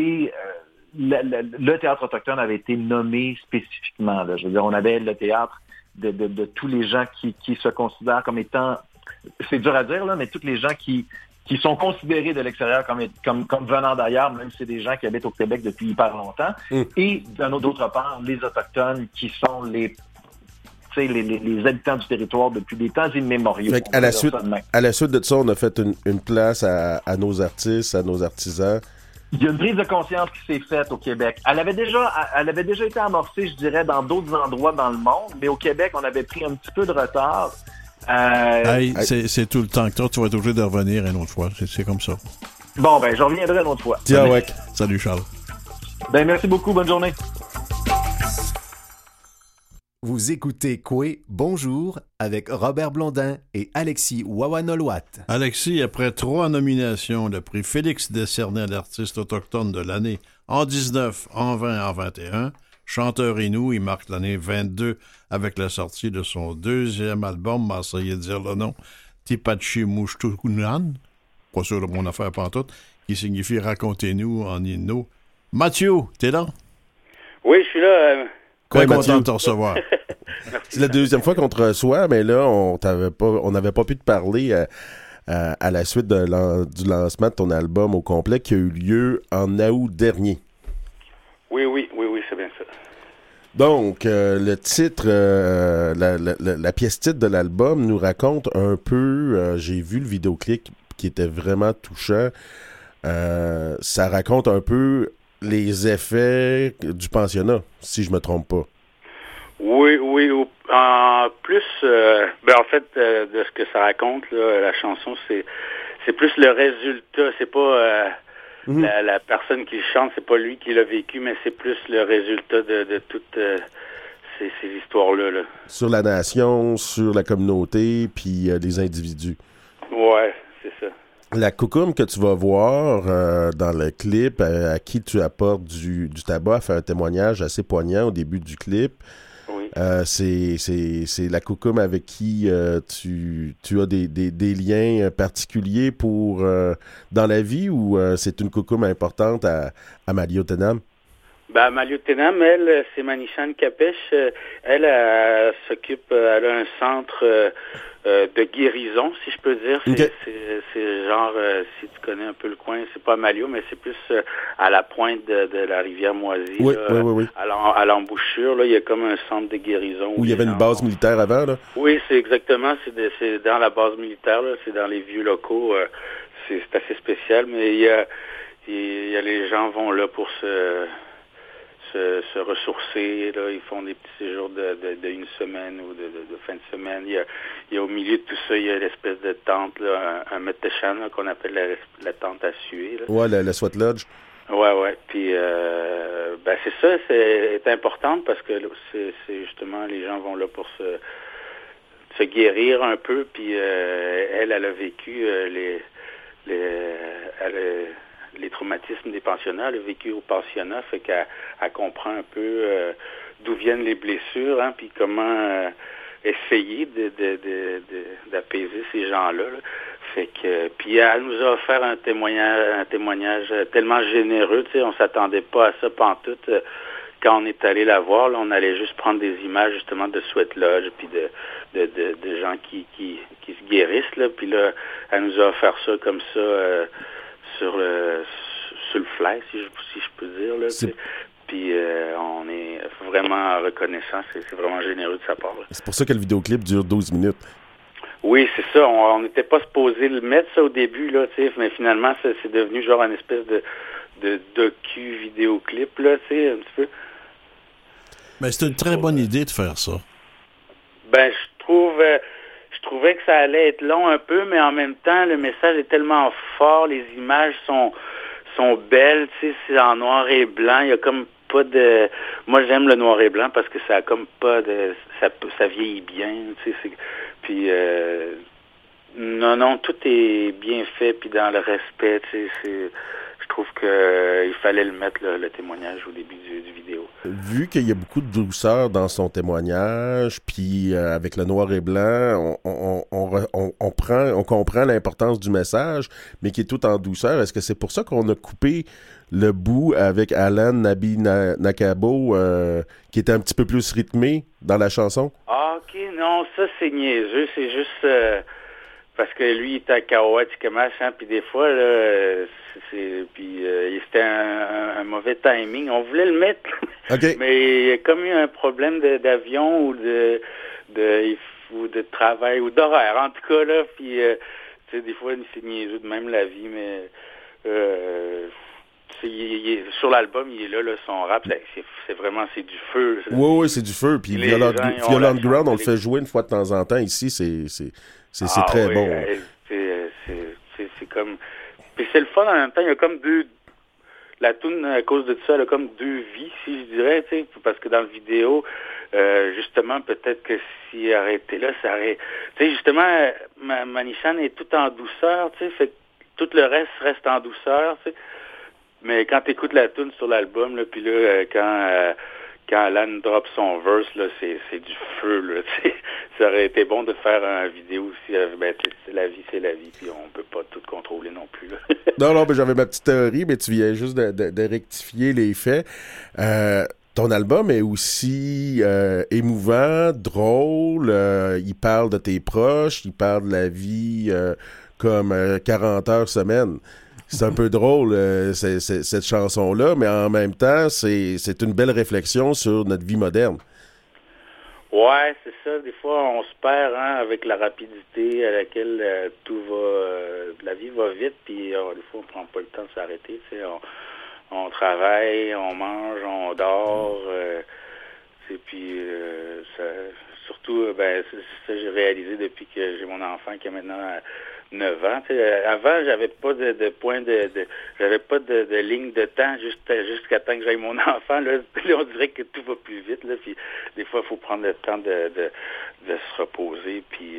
le théâtre autochtone avait été nommé spécifiquement. Là. Je veux dire, on avait le théâtre de tous les gens qui se considèrent comme étant, c'est dur à dire, là, mais tous les gens qui sont considérés de l'extérieur comme venant d'ailleurs, même si c'est des gens qui habitent au Québec depuis hyper longtemps. Et d'autre part, les Autochtones qui sont les habitants du territoire depuis des temps immémoriaux. À la suite de ça, on a fait une place à nos artistes, à nos artisans. Il y a une prise de conscience qui s'est faite au Québec. Elle avait déjà été amorcée, je dirais, dans d'autres endroits dans le monde, mais au Québec, on avait pris un petit peu de retard. C'est tout le temps que toi, tu vas être obligé de revenir une autre fois. C'est comme ça. Bon, ben, je reviendrai une autre fois. Tiens, ouais. Salut, Charles. Ben, merci beaucoup. Bonne journée. Vous écoutez Coué Bonjour avec Robert Blondin et Alexis Wawanolwat. Alexis, après 3 nominations, le prix Félix décerné à l'artiste autochtone de l'année en 19, en 20, en 21, chanteur Innu, il marque l'année 22 avec la sortie de son 2e album, m'essayez de dire le nom, Tipachi Mushtukunan, pas sûr de mon affaire pantoute, qui signifie Racontez-nous en Innu. Mathieu, t'es là? Oui, je suis là. Très content de te recevoir. C'est la 2e fois qu'on te reçoit, mais là, on n'avait pas pu te parler à la suite du lancement de ton album au complet qui a eu lieu en août dernier. Oui, c'est bien ça. Donc, le titre, la pièce titre de l'album nous raconte un peu, j'ai vu le vidéoclip qui était vraiment touchant, ça raconte un peu les effets du pensionnat, si je me trompe pas. Oui. En plus, en fait, de ce que ça raconte, là, la chanson, c'est plus le résultat. C'est pas la personne qui chante, c'est pas lui qui l'a vécu, mais c'est plus le résultat de toutes ces histoires-là. Là. Sur la nation, sur la communauté, puis les individus. Ouais, c'est ça. La coucoume que tu vas voir dans le clip, à qui tu apportes du tabac, fait un témoignage assez poignant au début du clip. Oui. Oui. C'est la coucoume avec qui tu as des liens particuliers pour dans la vie ou c'est une coucoume importante à Maliotenam? Ben, Maliotenam, elle, c'est Manishan Kapesh. Elle s'occupe, elle a un centre de guérison, si je peux dire. Okay. C'est genre, si tu connais un peu le coin, c'est pas Malio, mais c'est plus à la pointe de la rivière Moisie. Oui, là, oui. À l'embouchure, là, il y a comme un centre de guérison. Où il y avait une base militaire avant, là? Oui, c'est exactement. C'est dans la base militaire, là. C'est dans les vieux locaux. C'est assez spécial, mais il y a les gens vont là pour se ressourcer, là, ils font des petits séjours de une semaine ou de fin de semaine. Il y a au milieu de tout ça, il y a l'espèce de tente, là, un metechan qu'on appelle la tente à suer. Là. Ouais, la Sweat Lodge. Ouais. Puis, ben c'est ça, c'est important parce que c'est justement, les gens vont là pour se guérir un peu. Puis, elle a vécu les traumatismes des pensionnats, elle a vécu au pensionnat, fait qu'elle comprend un peu d'où viennent les blessures, hein, puis comment essayer d'apaiser ces gens-là. Là. Fait que, puis elle nous a offert un témoignage tellement généreux, tu sais, on s'attendait pas à ça pantoute. Quand on est allé la voir, là, on allait juste prendre des images justement de Sweat Lodge, puis de gens qui se guérissent, là, puis là, elle nous a offert ça comme ça. Sur le fly, si je peux dire. Là. Puis on est vraiment reconnaissant. C'est vraiment généreux de sa part. Là. C'est pour ça que le vidéoclip dure 12 minutes. Oui, c'est ça. On n'était pas supposé le mettre ça au début, là, mais finalement, c'est devenu genre une espèce de docu-vidéoclip, là, un petit peu. Mais c'est une très bonne idée de faire ça. Ben, je trouvais que ça allait être long un peu, mais en même temps, le message est tellement fort, les images sont belles, tu sais, c'est en noir et blanc, il y a comme pas de... Moi, j'aime le noir et blanc parce que ça a comme pas de... Ça vieillit bien, tu sais, puis... Non, tout est bien fait, puis dans le respect, tu sais, je trouve que il fallait le mettre, le témoignage, au début du vidéo. Vu qu'il y a beaucoup de douceur dans son témoignage, puis avec le noir et blanc, on comprend l'importance du message, mais qui est tout en douceur. Est-ce que c'est pour ça qu'on a coupé le bout avec Alan Nabi Nakabo, qui était un petit peu plus rythmé dans la chanson? Ah, OK, non, ça c'est niaiseux, c'est juste... parce que lui, il était à Kaohsiung, hein, puis des fois, là, c'était un mauvais timing. On voulait le mettre, okay. Mais il y a comme eu un problème d'avion ou de travail ou d'horaire, en tout cas, là, puis, tu sais, des fois, c'est niaiseux de même la vie, mais sur l'album, il est là, son rap, c'est vraiment, c'est du feu. Oui, c'est du feu, puis Violent Ground, on le fait jouer une fois de temps en temps. Ici, c'est très bon. C'est comme... Puis c'est le fun en même temps, il y a comme deux... La toune, à cause de ça, elle a comme deux vies, si je dirais, tu sais, parce que dans la vidéo, justement, peut-être que s'il arrêtait là, ça aurait... Tu sais, justement, Manishan est tout en douceur, tu sais, fait que tout le reste en douceur, tu sais. Mais quand tu écoutes la toune sur l'album, là, puis là, quand Alan drop son verse, là, c'est du feu, là, tu sais. Ça aurait été bon de faire une vidéo aussi. C'est la vie, puis on peut pas tout contrôler non plus, là. Non, mais j'avais ma petite théorie, mais tu viens juste de rectifier les faits. Ton album est aussi émouvant, drôle, il parle de tes proches, il parle de la vie comme 40 heures semaine. C'est un peu drôle, cette chanson-là, mais en même temps, c'est une belle réflexion sur notre vie moderne. Ouais, c'est ça. Des fois, on se perd, hein, avec la rapidité à laquelle tout va... la vie va vite, puis des fois, on prend pas le temps de s'arrêter. Tu sais, on travaille, on mange, on dort. Puis, surtout, c'est ça j'ai réalisé depuis que j'ai mon enfant qui a maintenant 9 ans. Avant, j'avais pas de point j'avais pas de ligne de temps jusqu'à temps que j'aille mon enfant. Là, on dirait que tout va plus vite. Là, puis des fois, il faut prendre le temps de se reposer. Puis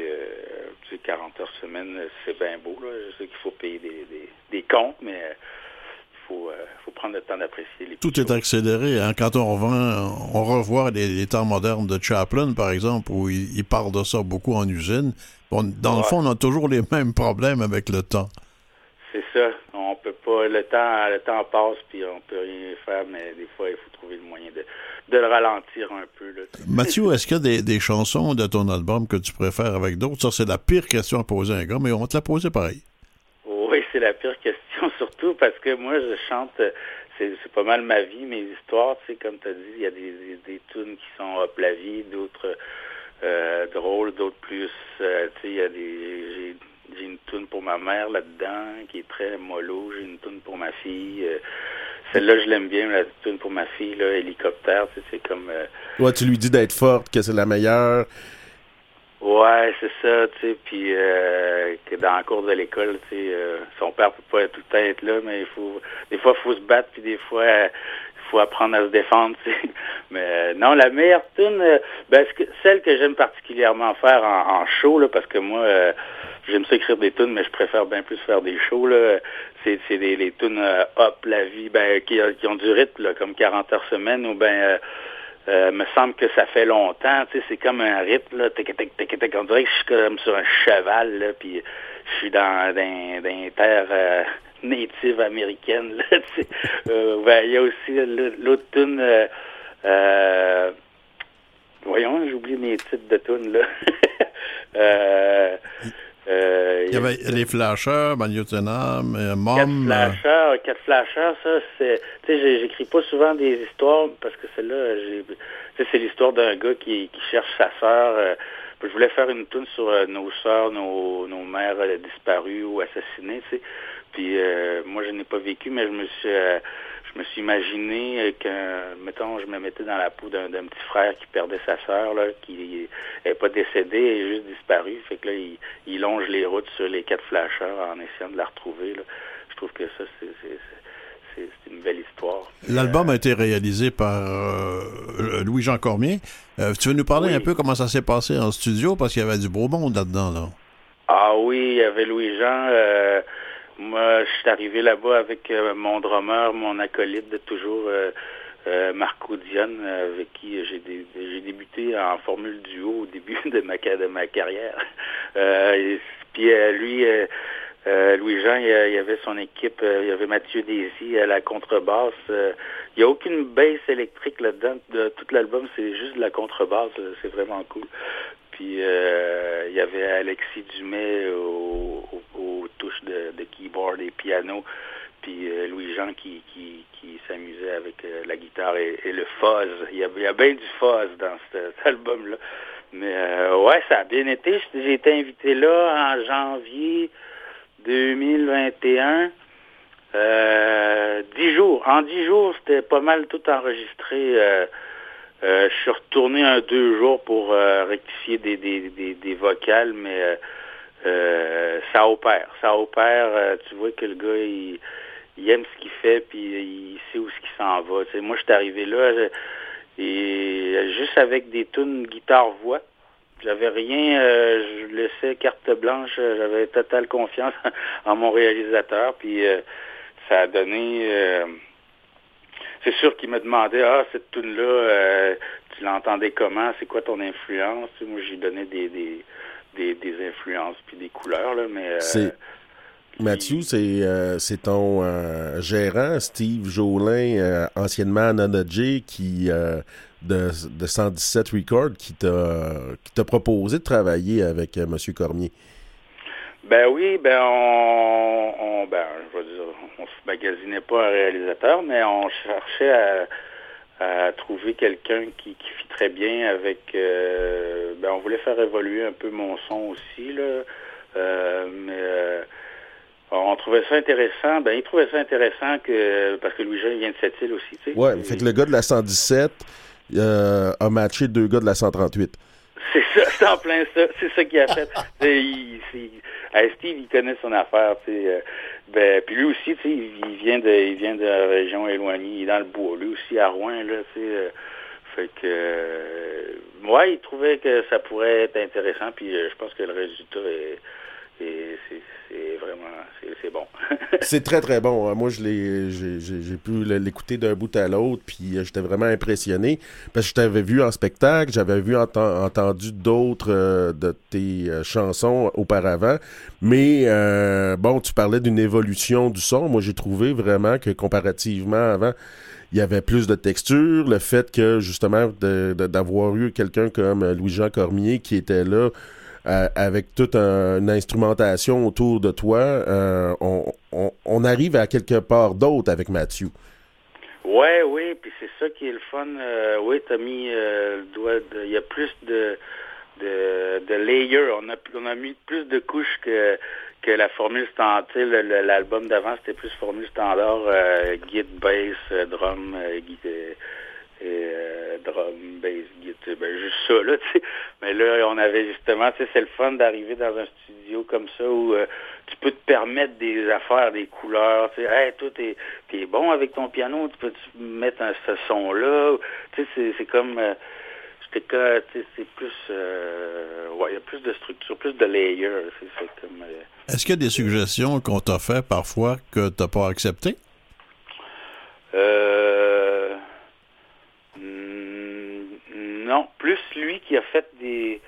40 heures semaine, c'est bien beau. Là. Je sais qu'il faut payer des comptes, mais faut prendre le temps d'apprécier les Tout petites est choses. accéléré. Hein? Quand on revoit les temps modernes de Chaplin, par exemple, où il parle de ça beaucoup en usine. Bon, dans le fond, on a toujours les mêmes problèmes avec le temps. C'est ça. On peut pas. Le temps passe, puis on peut rien faire, mais des fois, il faut trouver le moyen de le ralentir un peu. Là. Mathieu, est-ce qu'il y a des chansons de ton album que tu préfères avec d'autres? Ça, c'est la pire question à poser à un gars, mais on va te la poser pareil. Oui, c'est la pire question, surtout parce que moi, je chante, c'est pas mal ma vie, mes histoires, tu sais, comme tu as dit, il y a des tunes qui sont hop la vie, d'autres drôles, d'autres plus, tu sais, il y a j'ai une tune pour ma mère là-dedans, qui est très mollo, j'ai une tune pour ma fille, celle-là, je l'aime bien, la tune pour ma fille, là, Hélicoptère, tu sais, c'est comme... Ouais, tu lui dis d'être forte, que c'est la meilleure. Ouais, c'est ça, tu sais, puis que dans la cour de l'école, tu sais, son père peut pas tout le temps être là, mais des fois, il faut se battre, puis des fois, il faut apprendre à se défendre, tu sais. Mais non, la meilleure tune, celle que j'aime particulièrement faire en show, là, parce que moi, j'aime ça écrire des tunes, mais je préfère bien plus faire des shows, là. C'est les tunes hop, la vie, qui ont du rythme, là, comme 40 heures semaine, ou me semble que ça fait longtemps, tu sais, c'est comme un rythme, là, on dirait que je suis comme sur un cheval, là, puis je suis dans des terres natives américaines, là, tu sais. Il y a aussi l'autre tune, voyons, j'oublie mes titres de tunes, là. Il y avait les flasheurs, Magnotenam, Mom. Quatre flasheurs, ça, c'est... Tu sais, j'écris pas souvent des histoires, parce que celle-là, tu sais, c'est l'histoire d'un gars qui cherche sa sœur. Je voulais faire une toune sur nos sœurs, nos mères disparues ou assassinées, tu sais. Puis moi, je n'ai pas vécu, mais je me suis imaginé que, mettons, je me mettais dans la peau d'un petit frère qui perdait sa sœur, là, qui n'est pas décédée, elle est juste disparue. Fait que là, il longe les routes sur les quatre flasheurs en essayant de la retrouver, là. Je trouve que ça, c'est une belle histoire. L'album a été réalisé par Louis-Jean Cormier. Tu veux nous parler un peu comment ça s'est passé en studio? Parce qu'il y avait du beau monde là-dedans, là. Ah oui, il y avait Louis-Jean. Moi, je suis arrivé là-bas avec mon drummer, mon acolyte de toujours, Marco Diane, avec qui j'ai débuté en formule duo au début de ma carrière. Puis lui, Louis-Jean, il y avait son équipe, il y avait Mathieu Désy à la contrebasse. Il n'y a aucune basse électrique là-dedans. De tout l'album, c'est juste de la contrebasse. C'est vraiment cool. Puis il y avait Alexis Dumais aux touches de keyboard et piano. Puis Louis-Jean qui s'amusait avec la guitare et le fuzz. Il y a bien du fuzz dans cet album-là. Mais ouais, ça a bien été. J'ai été invité là en janvier 2021. 10 jours. En 10 jours, c'était pas mal tout enregistré. Je suis retourné 2 jours pour rectifier des vocales, mais ça opère. Tu vois que le gars, il aime ce qu'il fait, puis il sait où ce qu'il s'en va. Tu sais, moi, je suis arrivé là, et juste avec des tunes guitare-voix. J'avais rien, je laissais carte blanche, j'avais totale confiance en mon réalisateur, puis ça a donné... c'est sûr qu'il me demandait, cette tune-là, tu l'entendais comment, c'est quoi ton influence? Tu sais, moi, j'ai donné des influences puis des couleurs, là, mais... Mathieu, c'est ton gérant, Steve Jolin, anciennement Nana J, qui... de 117 Records qui t'a proposé de travailler avec M. Cormier. Ben oui, je veux dire, on se magasinait pas un réalisateur, mais on cherchait à trouver quelqu'un qui fit très bien avec... on voulait faire évoluer un peu mon son aussi, là, mais... on trouvait ça intéressant. Il trouvait ça intéressant parce que Louis-Jean vient de Sept-Îles aussi, tu sais. Ouais, fait que le gars de la 117 a matché 2 gars de la 138. C'est ça, c'est en plein ça. C'est ça qu'il a fait. Steve, il connaît son affaire, tu sais. Puis lui aussi, tu sais, il vient de la région éloignée. Il est dans le bois. Lui aussi, à Rouen, là, tu sais. Fait que... il trouvait que ça pourrait être intéressant, puis je pense que le résultat Et c'est vraiment, c'est bon. C'est très, très bon. Moi, j'ai pu l'écouter d'un bout à l'autre, puis j'étais vraiment impressionné, parce que je t'avais vu en spectacle, j'avais entendu d'autres de tes chansons auparavant, mais bon, tu parlais d'une évolution du son. Moi, j'ai trouvé vraiment que comparativement avant, il y avait plus de texture, le fait que, justement, d'avoir eu quelqu'un comme Louis-Jean Cormier qui était là, avec toute une instrumentation autour de toi, on arrive à quelque part d'autre avec Mathieu. Oui, puis c'est ça qui est le fun. Oui, t'as mis le doigt. Il y a plus de layers. On a mis plus de couches que la formule standard. L'album d'avant, c'était plus formule standard, guide, bass, drum, drum, bass, guitare, juste ça, là, tu sais. Mais là, on avait justement, tu sais, c'est le fun d'arriver dans un studio comme ça où tu peux te permettre des affaires, des couleurs, tu sais, hey, toi, t'es bon avec ton piano, tu peux mettre ce son-là, tu sais, c'est comme, tu sais, c'est plus, il y a plus de structure, plus de layers, c'est comme... Est-ce qu'il y a des suggestions qu'on t'a fait parfois que t'as pas acceptées? Non, plus lui qui a fait des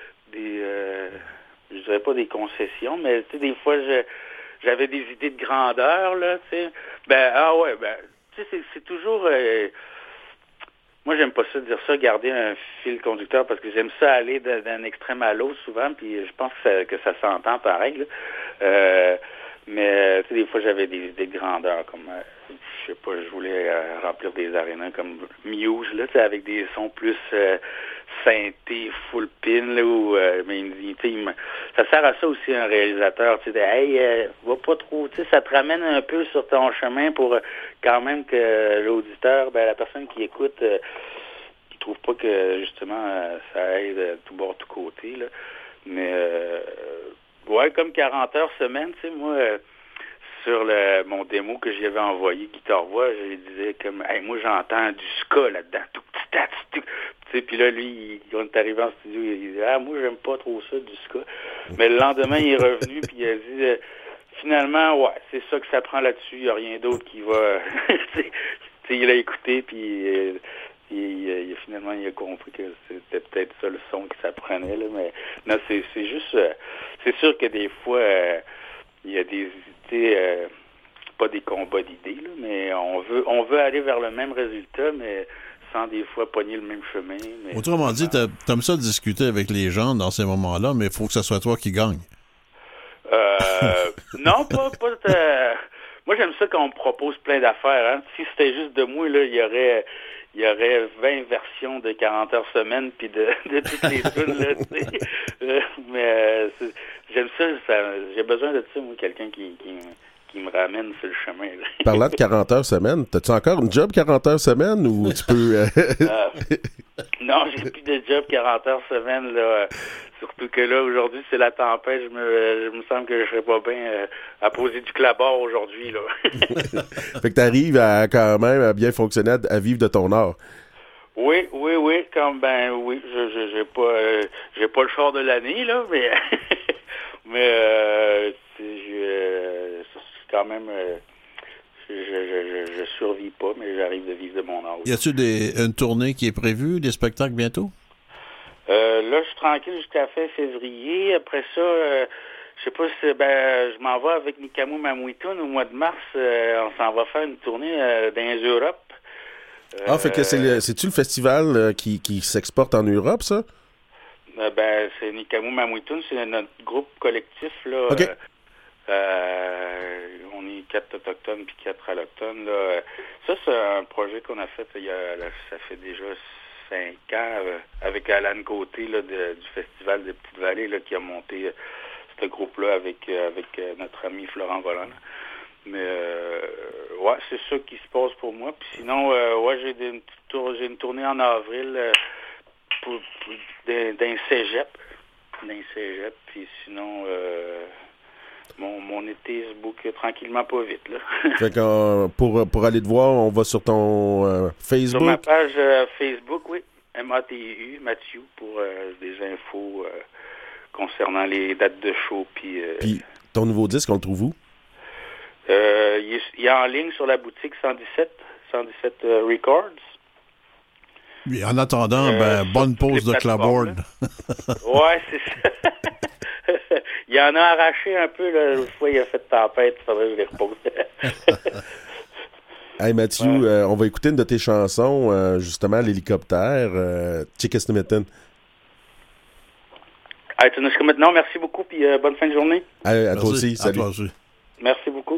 je dirais pas des concessions, mais tu sais, des fois j'avais des idées de grandeur, là, tu sais. Tu sais, c'est toujours moi j'aime pas ça dire ça, garder un fil conducteur, parce que j'aime ça aller d'un extrême à l'autre souvent, puis je pense que ça s'entend pareil, là. Mais tu sais, des fois j'avais des idées de grandeur, comme je sais pas, je voulais remplir des arénas comme Muse, là, tu sais, avec des sons plus synthés, full pin, là, où mais ça sert à ça aussi un réalisateur, tu sais, hey, va pas trop, tu sais, ça te ramène un peu sur ton chemin pour quand même que l'auditeur, la personne qui écoute, qui trouve pas que justement ça aide de tout bord, tout côté, là. Mais ouais, comme 40 heures semaine, tu sais, moi, sur mon démo que j'avais envoyé, guitare-voix, je lui disais comme, hey, moi, j'entends du ska là-dedans, tout petit, tu sais, puis là, lui, on est arrivé en studio, il dit, moi, j'aime pas trop ça, du ska. Mais le lendemain, il est revenu, puis il a dit, finalement, ouais, c'est ça que ça prend là-dessus, il n'y a rien d'autre qui va, tu sais, il a écouté, puis finalement, il a compris que c'était peut-être ça le son que ça prenait, là, mais non, c'est juste, c'est sûr que des fois, il y a des idées, pas des combats d'idées, là, mais on veut aller vers le même résultat, mais sans des fois pogner le même chemin. Mais autrement dit, t'aimes ça discuter avec les gens dans ces moments-là, mais il faut que ce soit toi qui gagne. Non, pas moi, j'aime ça quand on me propose plein d'affaires. Hein. Si c'était juste de moi, là, il y aurait 20 versions de 40 heures semaine puis de toutes les tunes, là, tu sais. Mais j'aime ça, j'ai besoin de ça, moi, quelqu'un qui me ramène sur le chemin, là. Parlant de 40 heures semaine, t'as-tu encore une job 40 heures semaine ou tu peux... Non, j'ai plus de job 40 heures semaine, là. Surtout que là, aujourd'hui, c'est la tempête. Je me semble que je serais pas bien à poser du clabard aujourd'hui, là. Fait que t'arrives à quand même à bien fonctionner, à vivre de ton art. Oui, oui, j'ai pas le char de l'année, là, mais c'est quand même, je survis pas, mais j'arrive de vivre de mon art. Y a-t-il une tournée qui est prévue, des spectacles bientôt? Là, je suis tranquille jusqu'à fin février. Après ça, je sais pas si je m'en vais avec Nikamu Mamuitun au mois de mars. On s'en va faire une tournée dans les Europes. Fait que c'est-tu le festival qui s'exporte en Europe, ça? C'est Nikamu Mamuitun, c'est notre groupe collectif, là. OK. On est 4 autochtones puis 4 allochtones, là. Ça, c'est un projet qu'on a fait ça fait déjà 5 ans avec Alan Côté, là, du Festival de Petite-Vallée, là, qui a monté ce groupe-là avec notre ami Florent Volant. Mais ouais, c'est ça qui se passe pour moi. Puis sinon, j'ai une tournée en avril d'un cégep. Puis sinon, mon été se boucle tranquillement pas vite, là. Fait que pour aller te voir, on va sur ton Facebook. Sur ma page Facebook, oui. MATU, Mathieu, pour des infos concernant les dates de show. Puis ton nouveau disque, on le trouve où? Il est en ligne sur la boutique 117 Records. Oui, en attendant, bonne pause de clapboard. Ouais, c'est ça. Il en a arraché un peu, là. L'autre fois, il a fait tempête. Il faudrait que je les repose. Hey Mathieu, on va écouter une de tes chansons, justement, l'hélicoptère, Chickastamitten. Non, merci beaucoup, puis bonne fin de journée. À toi aussi, salut. À toi aussi. Merci beaucoup.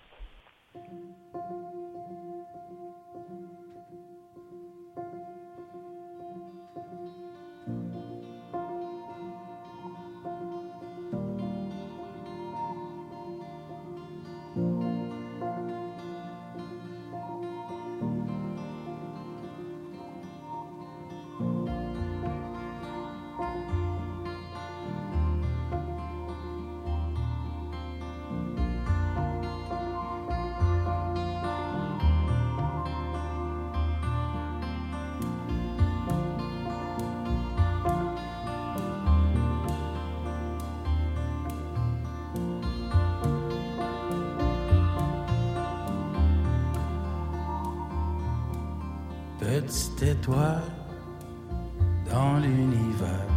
Petite étoile dans l'univers,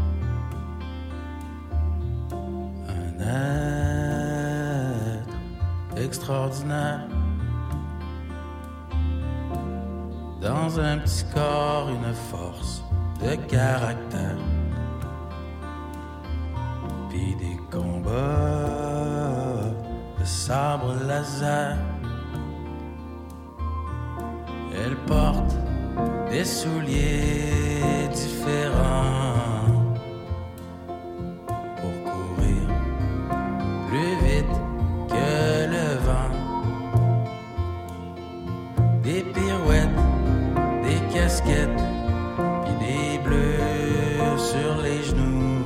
un être extraordinaire, dans un petit corps, une force de caractère, puis des combats de sabre laser. Elle porte des souliers différents pour courir plus vite que le vent. Des pirouettes, des casquettes, puis des bleus sur les genoux.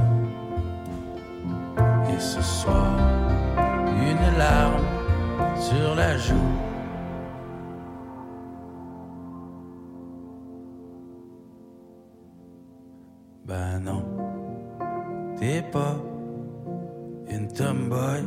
Et ce soir, une larme sur la joue. Ben non, t'es pas une tomboy.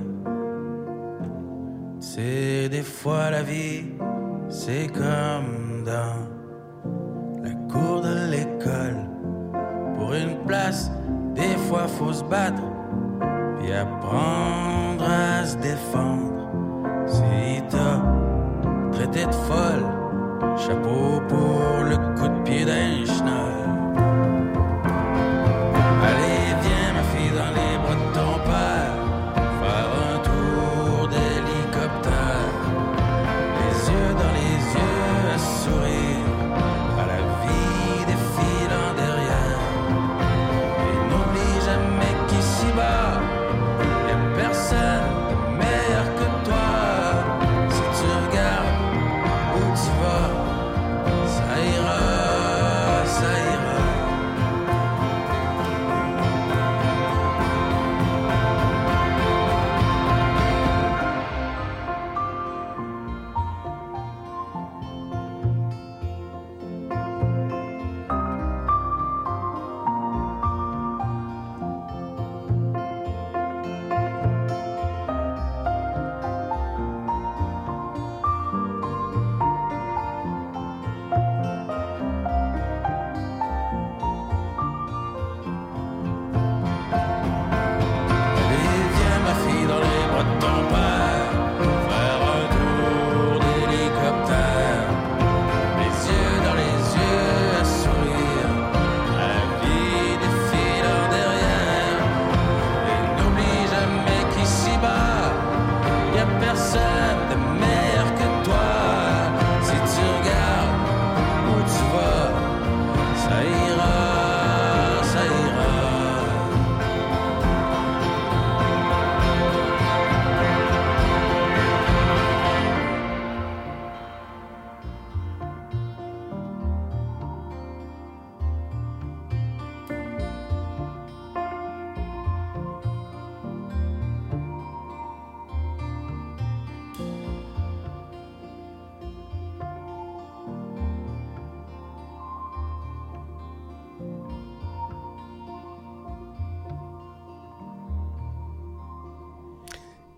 C'est des fois la vie, c'est comme dans la cour de l'école. Pour une place, des fois faut se battre, puis apprendre à se défendre. Si t'as traité de folle, chapeau pour le coup de pied d'un chenol. Allez, viens ma fille dans les bras de ton père, faire un tour d'hélicoptère, les yeux dans les yeux à sourire, à la vie défilant derrière. Et n'oublie jamais qu'ici-bas, y'a personne de meilleur que toi. Si tu regardes où tu vas, ça ira, ça ira.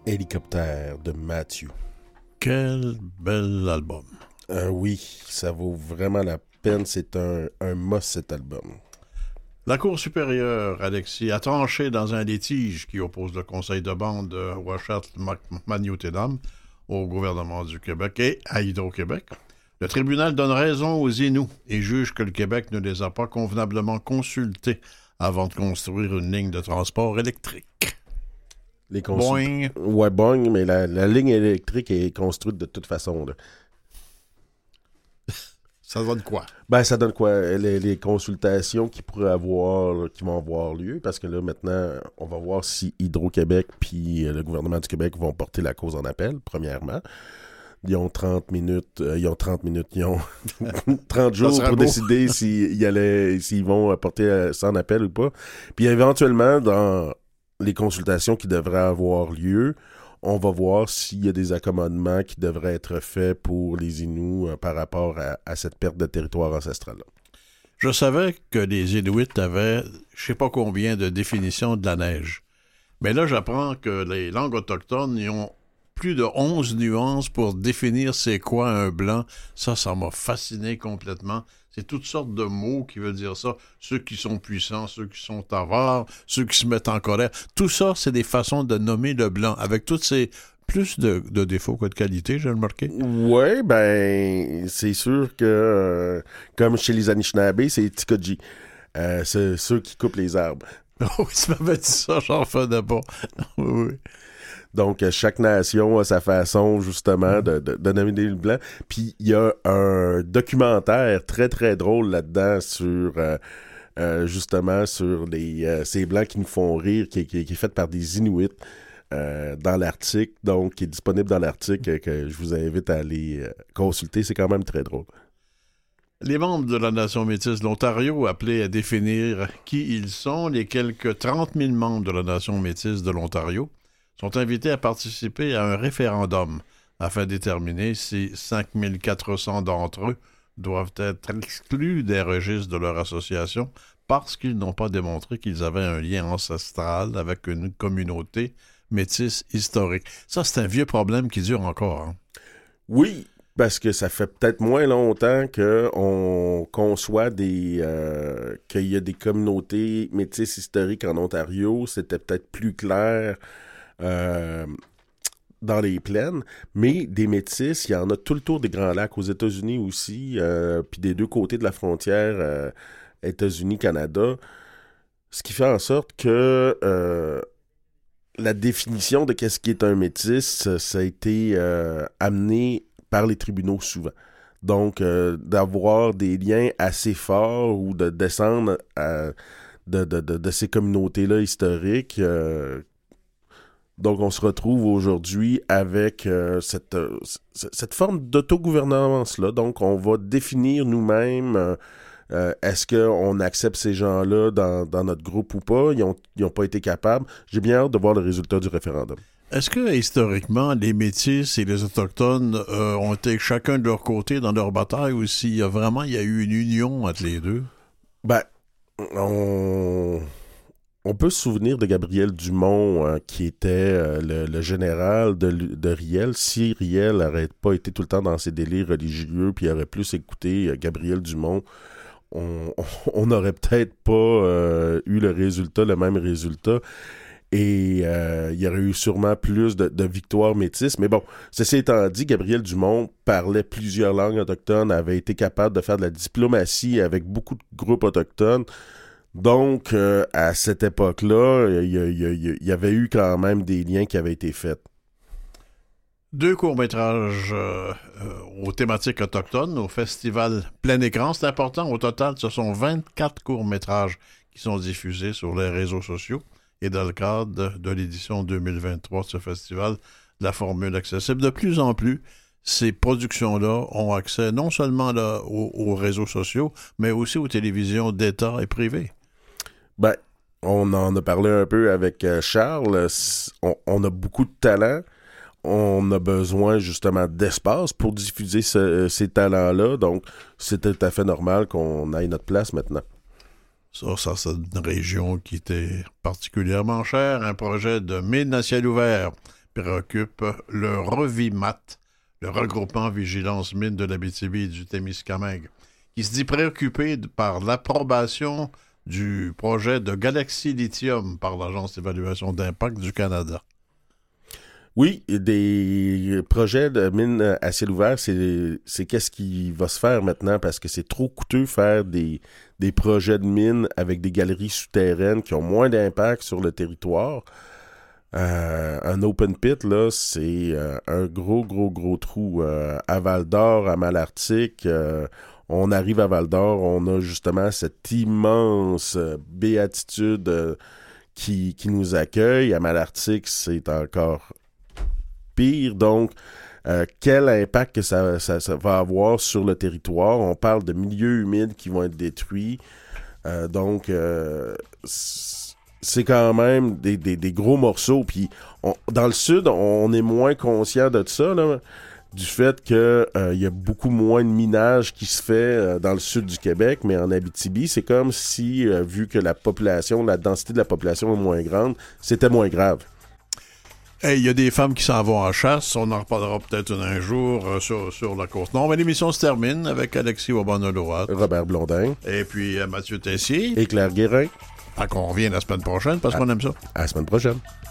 Hélicoptère de Mathieu. Quel bel album. Oui, ça vaut vraiment la peine. C'est un must, cet album. La Cour supérieure, Alexis, a tranché dans un litige qui oppose le conseil de bande de Ouachette-Magnotédam au gouvernement du Québec et à Hydro-Québec. Le tribunal donne raison aux Inuits et juge que le Québec ne les a pas convenablement consultés avant de construire une ligne de transport électrique. Boing. Ouais, boing, mais la ligne électrique est construite de toute façon. Là. Ça donne quoi? Ben, ça donne quoi? Les consultations qui vont avoir lieu, parce que là, maintenant, on va voir si Hydro-Québec puis le gouvernement du Québec vont porter la cause en appel, premièrement. Ils ont 30 jours pour décider s'ils vont porter ça en appel ou pas. Puis éventuellement, dans les consultations qui devraient avoir lieu, on va voir s'il y a des accommodements qui devraient être faits pour les Inuits par rapport à cette perte de territoire ancestral-là. Je savais que les Inuits avaient je sais pas combien de définitions de la neige. Mais là, j'apprends que les langues autochtones y ont plus de 11 nuances pour définir c'est quoi un blanc. Ça m'a fasciné complètement. C'est toutes sortes de mots qui veulent dire ça. Ceux qui sont puissants, ceux qui sont avares, ceux qui se mettent en colère. Tout ça, c'est des façons de nommer le blanc, avec toutes ces plus de défauts que de qualités, j'ai remarqué. Oui, ben, c'est sûr que, comme chez les Anishinaabe, c'est Tikoji. C'est ceux qui coupent les arbres. Oui, tu m'avais dit ça, j'en revenais pas. Oui. Donc, chaque nation a sa façon, justement, de nommer les blancs. Puis, il y a un documentaire très, très drôle là-dedans sur, justement, sur ces blancs qui nous font rire, qui est fait par des Inuits dans l'Arctique, donc qui est disponible dans l'Arctique, que je vous invite à aller consulter. C'est quand même très drôle. Les membres de la nation métisse de l'Ontario, appelés à définir qui ils sont, les quelques 30 000 membres de la nation métisse de l'Ontario, sont invités à participer à un référendum afin de déterminer si 5 400 d'entre eux doivent être exclus des registres de leur association parce qu'ils n'ont pas démontré qu'ils avaient un lien ancestral avec une communauté métisse historique. Ça, c'est un vieux problème qui dure encore. Hein? Oui, parce que ça fait peut-être moins longtemps qu'on conçoit qu'il y a des communautés métisses historiques en Ontario. C'était peut-être plus clair dans les plaines, mais des métis, il y en a tout le tour des Grands Lacs, aux États-Unis aussi, puis des deux côtés de la frontière États-Unis-Canada, ce qui fait en sorte que la définition de qu'est-ce qui est un métis, ça a été amené par les tribunaux souvent. Donc, d'avoir des liens assez forts ou de descendre de ces communautés-là historiques. Donc, on se retrouve aujourd'hui avec cette forme d'autogouvernance-là. Donc, on va définir nous-mêmes est-ce qu'on accepte ces gens-là dans notre groupe ou pas. Ils n'ont pas été capables. J'ai bien hâte de voir le résultat du référendum. Est-ce que, historiquement, les Métis et les Autochtones ont été chacun de leur côté dans leur bataille ou s'il y a eu une union entre les deux? Ben, on peut se souvenir de Gabriel Dumont, qui était le général de Riel. Si Riel n'aurait pas été tout le temps dans ses délires religieux, puis aurait plus écouté Gabriel Dumont, on n'aurait peut-être pas eu le même résultat. Et il y aurait eu sûrement plus de victoires métisses. Mais bon, ceci étant dit, Gabriel Dumont parlait plusieurs langues autochtones, avait été capable de faire de la diplomatie avec beaucoup de groupes autochtones. Donc, à cette époque-là, il y avait eu quand même des liens qui avaient été faits. 2 courts-métrages aux thématiques autochtones au festival Plein Écran. C'est important. Au total, ce sont 24 courts-métrages qui sont diffusés sur les réseaux sociaux. Et dans le cadre de l'édition 2023 de ce festival, la formule accessible. De plus en plus, ces productions-là ont accès non seulement là, aux réseaux sociaux, mais aussi aux télévisions d'État et privées. Ben, on en a parlé un peu avec Charles. On a beaucoup de talent. On a besoin justement d'espace pour diffuser ces talents-là. Donc, c'est tout à fait normal qu'on aille notre place maintenant. Ça, c'est une région qui était particulièrement chère. Un projet de Mine à ciel ouvert préoccupe le REVIMAT, le regroupement Vigilance Mine de l'Abitibi et du Témiscamingue, qui se dit préoccupé par l'approbation du projet de Galaxy Lithium par l'Agence d'évaluation d'impact du Canada. Oui, des projets de mines à ciel ouvert, c'est qu'est-ce qui va se faire maintenant parce que c'est trop coûteux faire des projets de mines avec des galeries souterraines qui ont moins d'impact sur le territoire. Un open pit, là, c'est un gros trou. À Val-d'Or, à Malartic, on arrive à Val-d'Or, on a justement cette immense béatitude qui nous accueille. À Malartic, c'est encore pire. Donc, quel impact que ça va avoir sur le territoire? On parle de milieux humides qui vont être détruits. Donc, c'est quand même des gros morceaux. Puis, dans le sud, on est moins conscient de ça, là, du fait qu'il y a beaucoup moins de minage qui se fait dans le sud du Québec, mais en Abitibi, c'est comme si, vu que la densité de la population est moins grande, c'était moins grave. Il y a des femmes qui s'en vont en chasse. On en reparlera peut-être un jour sur la Côte-Nord. Mais l'émission se termine avec Alexis Aubin-Oloat, Robert Blondin. Et puis Mathieu Tessier. Et Claire Guérin. Fait qu'on revient la semaine prochaine parce qu'on aime ça. À la semaine prochaine.